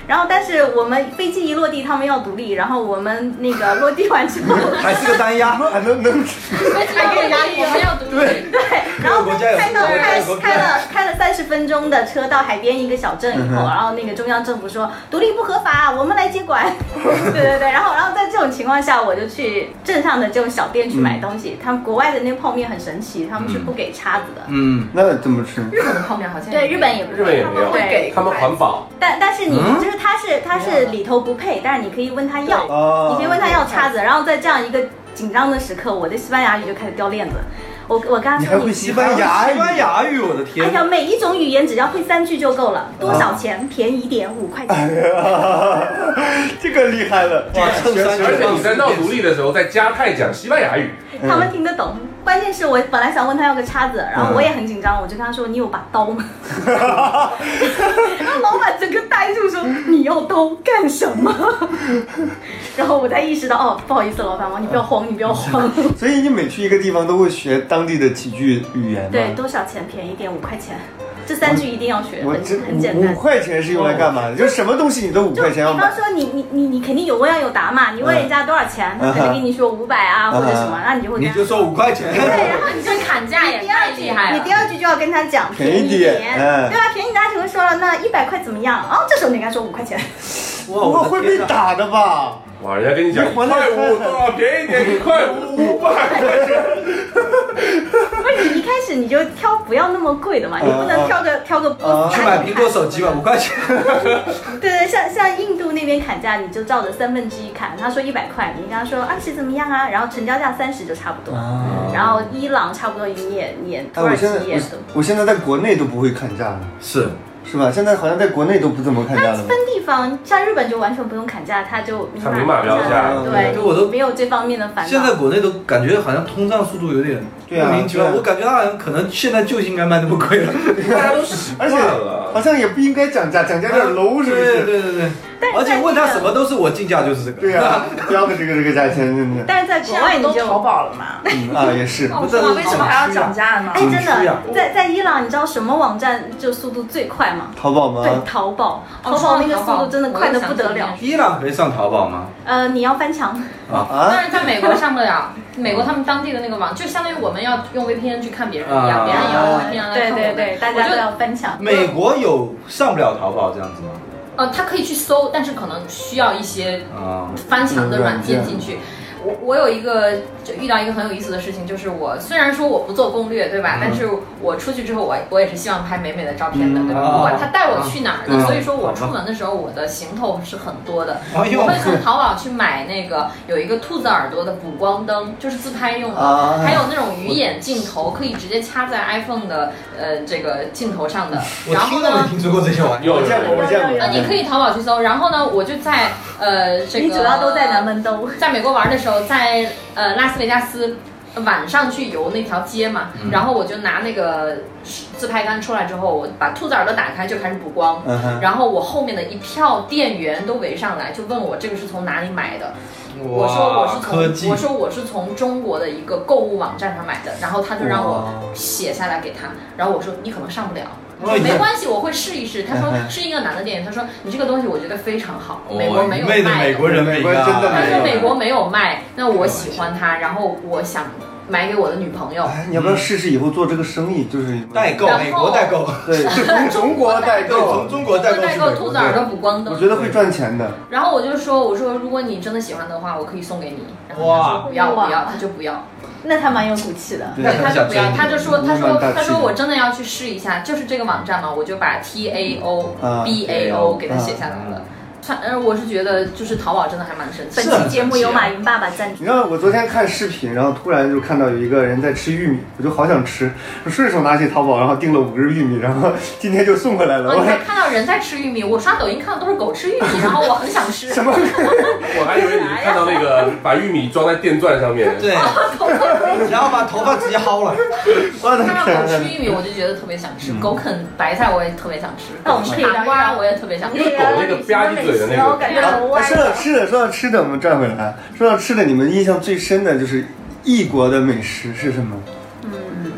然后但是我们飞机一落地，他们要独立，然后我们那个落地完之后还是个单压， 还能能还可以压力，我们要独立。 对，然后开到开开了开了三十分钟的车到海边一个小镇以后，然后那个中央政府说独立不合法，我们来接管。对对对，然后然后在这种情况下，我就去镇上的这种小店去买东西。他们国外的那个泡面很神奇，他们是不给叉子的。 嗯， 那怎么吃？ 日本的泡面好像对，日本也不是， 日本也没有， 对， 他们环保。 但但是你就是它是它是里头不配，但是你可以问他要，你可以问他要叉子，然后在这样一个紧张的时刻，我的西班牙语就开始掉链子。我我刚刚你还会西班牙语？ 西班牙语，我的天！ 哎呀，每一种语言只要会三句就够了。多少钱？便宜点，五块钱。 这个厉害了！ 哇，衬衫！ 而且你在闹独立的时候，在加泰讲西班牙语， 他们听得懂。关键是我本来想问他要个叉子，然后我也很紧张，我就跟他说：“你有把刀吗？”然后老板整个呆住说：“你要刀干什么？”然后我才意识到，哦，不好意思，老板妈，你不要慌，你不要慌。 所以你每去一个地方都会学当地的几句语言吗？ 对，多少钱？便宜点，五块钱。这三句一定要学， 我很很简单。 五块钱是用来干嘛的？就什么东西你都五块钱要买。 比方说你你你你肯定有问要有答嘛，你问人家多少钱，他肯定跟你说五百啊或者什么，那你就会你就说五块钱。 对，然后你这砍价也太厉害了。 你第二句就要跟他讲便宜点，对吧？便宜他就会说了，那一百块怎么样？哦，这时候你跟他说五块钱。 我会被打的吧？ 哇，人家跟你讲一块五多少便宜点，一块五五百块钱。 不是你一开始你就挑不要那么贵的嘛，你不能挑个挑个波斯。 去买苹果手机吧，五块钱。 对对，像像印度那边砍价，你就照着三分之一砍。他说一百块，你跟他说二十怎么样啊？然后成交价三十就差不多。然后伊朗差不多你也你也土耳其也都。 我现在在国内都不会砍价了。 是。 是吧？现在好像在国内都不怎么砍价了。 分地方，像日本就完全不用砍价，他就他明码标价， 对， 我都没有这方面的烦恼。 现在国内都感觉好像通胀速度有点莫名其妙，我感觉他好像可能现在就应该卖那么贵了， 大家都习惯了， 好像也不应该涨价，涨价有点 low，是不是？ 对对对对。而且问他什么都是我进价就是这个。 对呀，标的这个这个价钱真的。 但是在国外你就淘宝了嘛？ 啊，也是。 不知道为什么还要涨价呢？ 哎，真的，在在伊朗，你知道什么网站就速度最快吗？ 淘宝吗？ 对，淘宝，淘宝那个速度真的快得不得了。 伊朗可以上淘宝吗？ 呃，你要翻墙。 啊。但是在美国上不了，美国他们当地的那个网，就相当于我们要用 V P N 去看别人一样，别人也要用 V P N 来看我们。 对对对，大家都要翻墙。 美国有上不了淘宝这样子吗？ 呃，他可以去搜，但是可能需要一些翻墙的软件进去。我我有一个就遇到一个很有意思的事情，就是我虽然说我不做攻略，对吧？嗯、但是我出去之后我，我我也是希望拍美美的照片的，对吧？不管他带我去哪儿的，嗯、所以说我出门的时候，我的行头是很多的。我会从淘宝去买那个有一个兔子耳朵的补光灯，就是自拍用的，啊、还有那种鱼眼镜头，可以直接插在 iPhone 的呃这个镜头上的。然后呢， 我听说过这些玩意， 有见过，我见过。 那你可以淘宝去搜，然后呢，我就在呃这个， 你主要都在南门兜， 在美国玩的时候。在呃拉斯维加斯晚上去游那条街嘛，嗯、然后我就拿那个自拍杆出来之后，我把兔子耳朵打开就开始补光，嗯、然后我后面的一票店员都围上来，就问我这个是从哪里买的。我说我是从我说我是从中国的一个购物网站上买的，然后他就让我写下来给他，然后我说你可能上不了。没关系，我会试一试。他说是一个男的店员，他说你这个东西我觉得非常好，美国没有卖的。 美国人，美国真的。 他说美国没有卖，那我喜欢它，然后我想买给我的女朋友。 哎，你要不要试试以后做这个生意，就是代购，美国代购， 对，从中国代购， 从中国代购， 代购兔子耳朵补光灯， 我觉得会赚钱的。 然后我就说，我说如果你真的喜欢的话，我可以送给你。然后他说不要不要，他就不要。 那他蛮有骨气的， 对，他就不要，他就说，他说，他说我真的要去试一下，就是这个网站嘛，我就把 T A O B A O 给他写下来了。呃，我是觉得就是淘宝真的还蛮神奇。 本期节目由马云爸爸赞助。 你知道我昨天看视频，然后突然就看到有一个人在吃玉米，我就好想吃，我顺手拿起淘宝，然后订了五根玉米，然后今天就送回来了。 哦、你还看到人在吃玉米？我刷抖音看到都是狗吃玉米，然后我很想吃。 什么？ 我还以为你是看到那个把玉米装在电钻上面， 对，然后把头发直接薅了。 看到狗吃玉米，我就觉得特别想吃。嗯、狗啃白菜我也特别想吃，狗吃南瓜我也特别想吃。 狗那个吧唧嘴的那个。 啊、说到吃的，说到吃的，我们转回来。说到吃的，你们印象最深的就是异国的美食是什么？ 嗯，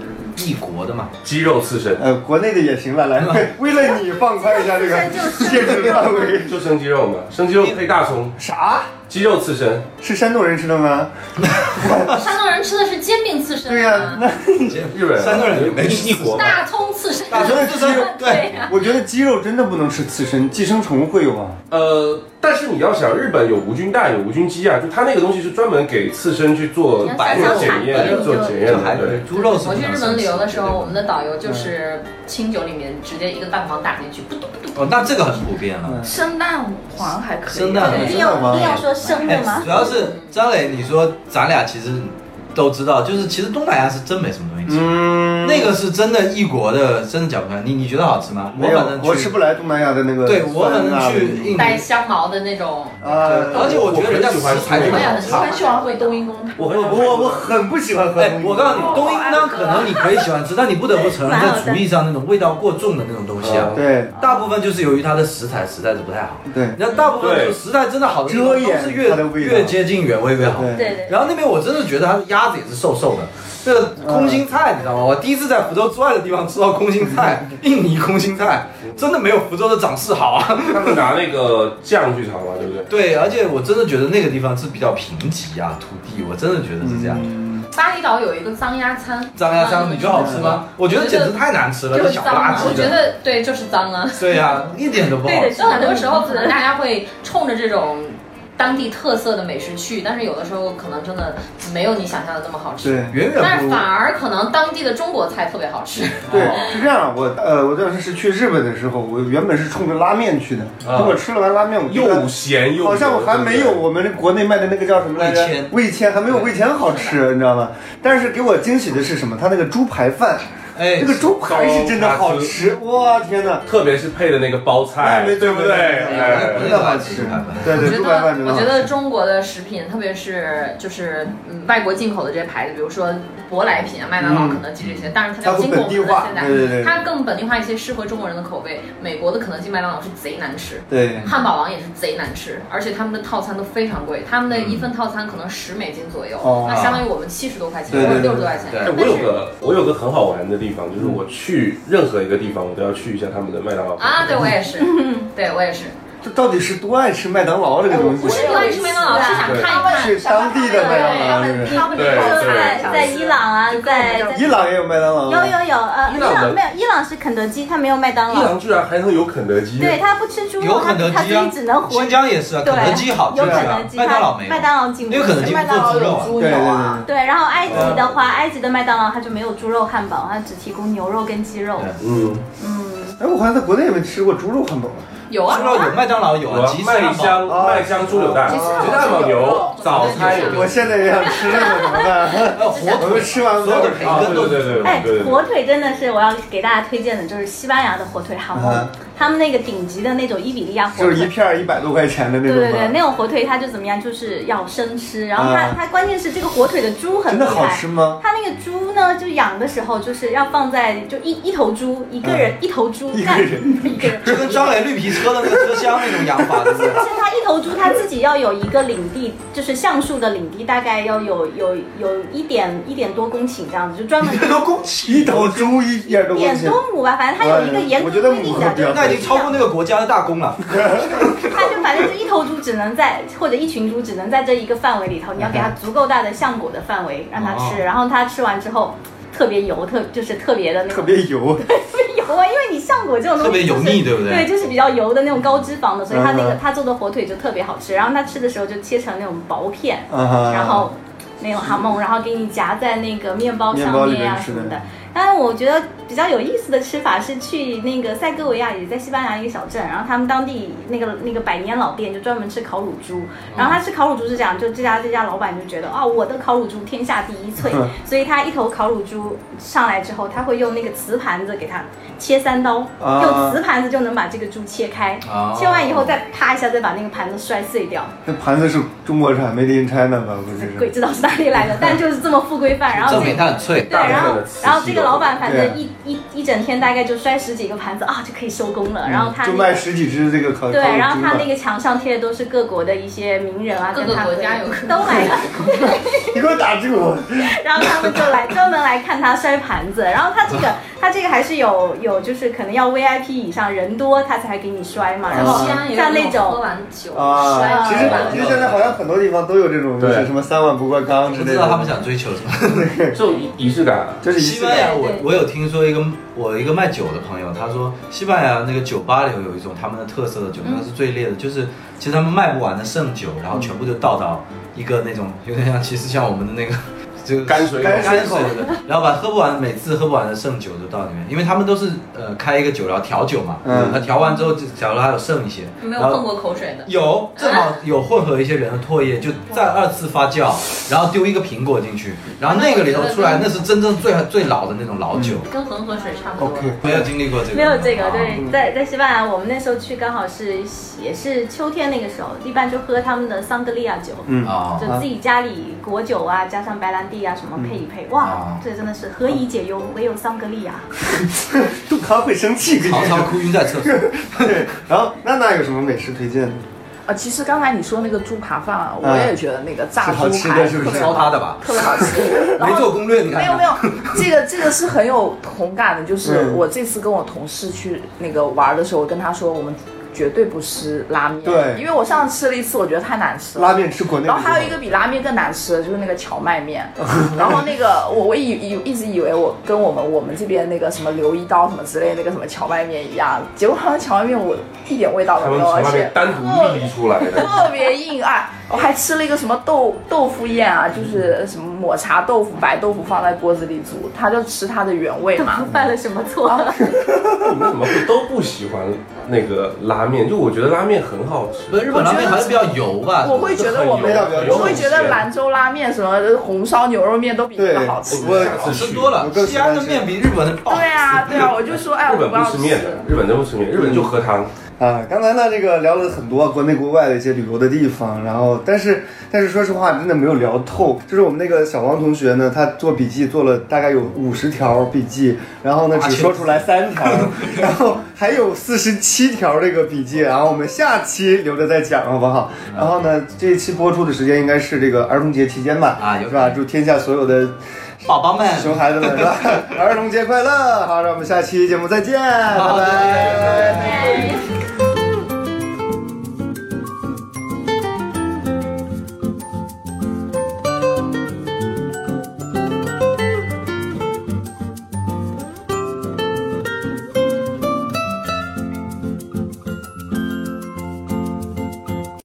异国的嘛， 鸡肉刺身。 呃，国内的也行了，来，为了你放宽一下这个限制范围。 就生鸡肉嘛，生鸡肉配大葱。 啥？ 鸡肉刺身是山东人吃的吗？ 山东人吃的是煎饼刺身。 对呀、啊，那日本山东人没异国。 大葱刺身。 大葱刺身， 对。 我觉得鸡肉真的不能吃刺身，寄生虫会有啊。 呃，但是你要想，日本有无菌蛋，有无菌鸡啊，就它那个东西是专门给刺身去做做检验、做检验的。对， 猪肉。 我去日本旅游的时候，我们的导游就是清酒里面直接一个蛋黄打进去，不嘟不嘟。 哦，那这个很普遍了。 生蛋黄还可以。 生蛋一定要一定要说生的吗？ 主要是张磊，你说咱俩其实都知道，就是其实东南亚是真没什么东西吃，嗯，那个是真的异国的，真的讲不出来。你你觉得好吃吗？ 没有，我吃不来东南亚的那个。 对，我反正去印度带香茅的那种。 啊， 而且我觉得人家食材就很好。我很喜欢喝冬阴功汤。 我我我很不喜欢喝。 哎，我告诉你，冬阴功汤可能你可以喜欢吃，但你不得不承认，在厨艺上那种味道过重的那种东西啊， 对， 大部分就是由于它的食材实在是不太好。 对， 然后大部分就食材真的好的地方都是越越接近原味越好。 对对。 然后那边我真的觉得它的鸭子也是瘦瘦的。这个空心菜你知道吗？我第一次在福州之外的地方吃到空心菜，印尼空心菜，真的没有福州的长势好啊。 他们拿那个酱去炒嘛，对不对？ 对，而且我真的觉得那个地方是比较贫瘠啊，土地，我真的觉得是这样。 嗯、巴厘岛有一个脏鸭餐， 脏鸭餐你觉得好吃吗？我觉得简直太难吃了， 就是小垃圾。 我觉得对，就是脏啊。 对呀、啊，一点都不好吃。 对的，就很多时候可能大家会冲着这种当地特色的美食去，但是有的时候可能真的没有你想象的那么好吃。 对， 远远不如。 但是反而可能当地的中国菜特别好吃。 对，是这样。我呃，我当时是去日本的时候，我原本是冲着拉面去的。结果吃了完拉面，我又咸又好像我还没有我们国内卖的那个叫什么来着？味千还没有味千好吃，你知道吗？但是给我惊喜的是什么？它那个猪排饭。哎，这个猪排是真的好吃，哇天哪！ 特别是配的那个包菜，对不对？ 哎，真的好吃。对对，猪排饭真的好吃。 我觉得中国的食品，特别是就是嗯外国进口的这些牌子，比如说舶来品啊，麦当劳、肯德基这些，当然它叫进口的，现在它更本地化一些，适合中国人的口味。美国的肯德基、麦当劳是贼难吃， 对， 汉堡王也是贼难吃，而且他们的套餐都非常贵，他们的一份套餐可能十美金左右，那相当于我们七十多块钱或者六十多块钱。 我有个我有个很好玩的地方，就是我去。去任何一个地方，我都要去一下他们的麦当劳啊！对我也是，对我也是。 这到底是多爱吃麦当劳这个东西？ 不是多爱吃麦当劳，是想看一看是当地的麦当劳。 他们在在伊朗啊，在伊朗也有麦当劳。 有有有，呃，伊朗没有，伊朗是肯德基，它没有麦当劳。 伊朗居然还能有肯德基？ 对，他不吃猪肉， 有肯德基啊， 只能活。 新疆也是啊，肯德基好吃啊，麦当劳没有。 麦当劳进不去， 因为肯德基不做猪肉啊。 对对对。对，然后埃及的话，埃及的麦当劳它就没有猪肉汉堡，它只提供牛肉跟鸡肉。 嗯嗯。哎，我好像在国内也没吃过猪肉汉堡。 有啊， 猪肉有，麦当劳有啊， 麦香麦香猪柳蛋，吉士汉堡牛，早餐有。 我现在也想吃这个，怎么办？ 火腿吃完所有的培根都对对对。 哎，火腿真的是我要给大家推荐的，就是西班牙的火腿哈蒙，他们那个顶级的那种伊比利亚火腿， 就是一片一百多块钱的那种。 对对对，那种火腿它就怎么样，就是要生吃，然后它它关键是这个火腿的猪很厉害。 真的好吃吗？ 它那个猪呢，就养的时候就是要放在就一一头猪一个人一头猪一个人一个人， 就跟张磊绿皮车的那个车厢那种养法，是不是？ 而且它一头猪它自己要有一个领地，就是橡树的领地，大概要有有有一点一点多公顷这样子，就专门一点多公顷，一头猪一点多公顷， 点多亩吧，反正它有一个严格规定的， 那已经超过那个国家的大功了。 它就反正是一头猪只能在或者一群猪只能在这一个范围里头，你要给它足够大的橡果的范围让它吃，然后它吃完之后特别油，特就是特别的那种特别油， 特别油啊，因为你橡果这种东西、就是、 特别油腻，对不对？ 对，就是比较油的那种高脂肪的，所以它那个它做的火腿就特别好吃。然后它吃的时候就切成那种薄片，然后那种哈蒙，然后给你夹在那个面包上面啊什么的。但是我觉得比较有意思的吃法是去那个塞戈维亚，也在西班牙一个小镇，然后他们当地那个那个百年老店就专门吃烤乳猪，然后他吃烤乳猪是这样，就这家这家老板就觉得啊、哦，我的烤乳猪天下第一脆，所以他一头烤乳猪上来之后，他会用那个瓷盘子给它切三刀，啊、用瓷盘子就能把这个猪切开，啊、切完以后再啪一下再把那个盘子摔碎掉。 那盘子是中国产 ，Made in China 吧？不是？ 鬼知道是哪里来的，但就是这么富贵饭。然后证明它很脆。 对，然后然后这个老板反正一一一整天大概就摔十几个盘子啊，就可以收工了。然后他、那个、就卖十几只这个烤。 对，然后他那个墙上贴的都是各国的一些名人啊， 各个国家有都来。 你给我打住！ 然后他们就来专门来看他摔盘子。然后他这个他这个还是有有就是可能要 V I P 以上人多他才给你摔嘛。然后像那种喝完酒啊， 摔其实其实现在好像很多地方都有这种，就是什么三碗不过冈之类的。 不知道他们想追求什么， 这种仪式感， 就是西班牙。我我有听说一个我一个卖酒的朋友，他说西班牙那个酒吧里有一种他们的特色的酒，那个是最烈的，就是其实他们卖不完的剩酒，然后全部就倒到一个那种有点像，其实像我们的那个。就泔水泔水的，然后把喝不完，每次喝不完的剩酒就倒里面，因为他们都是呃开一个酒，然后调酒嘛，嗯，那调完之后，假如还有剩一些， 没有碰过口水的， 有，正好有混合一些人的唾液，就再二次发酵，然后丢一个苹果进去，然后那个里头出来，那是真正最最老的那种老酒， 跟恒河水差不多。 OK， 没有经历过这个， 没有这个，对，在在西班牙，我们那时候去刚好是也是秋天那个时候，一般就喝他们的桑德利亚酒，嗯啊，就自己家里果酒啊，加上白兰地啊什么配一配。哇，啊、这真的是何以解忧，唯有桑格利亚。 杜康会生气， 常常哭晕在厕所。 对，然后娜娜有什么美食推荐的？ 啊，其实刚才你说那个猪扒饭啊，我也觉得那个炸猪排是不是烧他的吧， 特别好吃。 没做攻略，你看。 没有没有，这个这个是很有同感的，就是我这次跟我同事去那个玩的时候，我跟他说我们。绝对不吃拉面， 对， 因为我上次吃了一次，我觉得太难吃了。 拉面吃国内， 然后还有一个比拉面更难吃的，就是那个荞麦面。然后那个我我以以一直以为我跟我们我们这边那个什么刘一刀什么之类那个什么荞麦面一样，结果好像荞麦面我一点味道都没有，而且单独沥出来的， 特别硬哎。我还吃了一个什么豆豆腐宴啊，就是什么抹茶豆腐、白豆腐放在锅子里煮，他就吃它的原味嘛。 犯了什么错？ 你们怎么会都不喜欢那个拉面？就我觉得拉面很好吃， 不是日本拉面还是比较油吧？ 我会觉得我们，我会觉得兰州拉面什么红烧牛肉面都比这个好吃。 我好吃多了，西安的面比日本的棒。 对啊，对啊，我就说哎， 日本不吃面的，日本真不吃面，日本就喝汤。 啊，刚才呢这个聊了很多国内国外的一些旅游的地方，然后但是但是说实话真的没有聊透。就是我们那个小王同学呢，他做笔记做了大概有五十条笔记，然后呢只说出来三条，然后还有四十七条这个笔记，然后我们下期留着再讲好不好？然后呢这一期播出的时间应该是这个儿童节期间吧，啊，是吧？祝天下所有的宝宝们、 熊孩子们是吧？儿童节快乐！好，让我们下期节目再见，拜拜。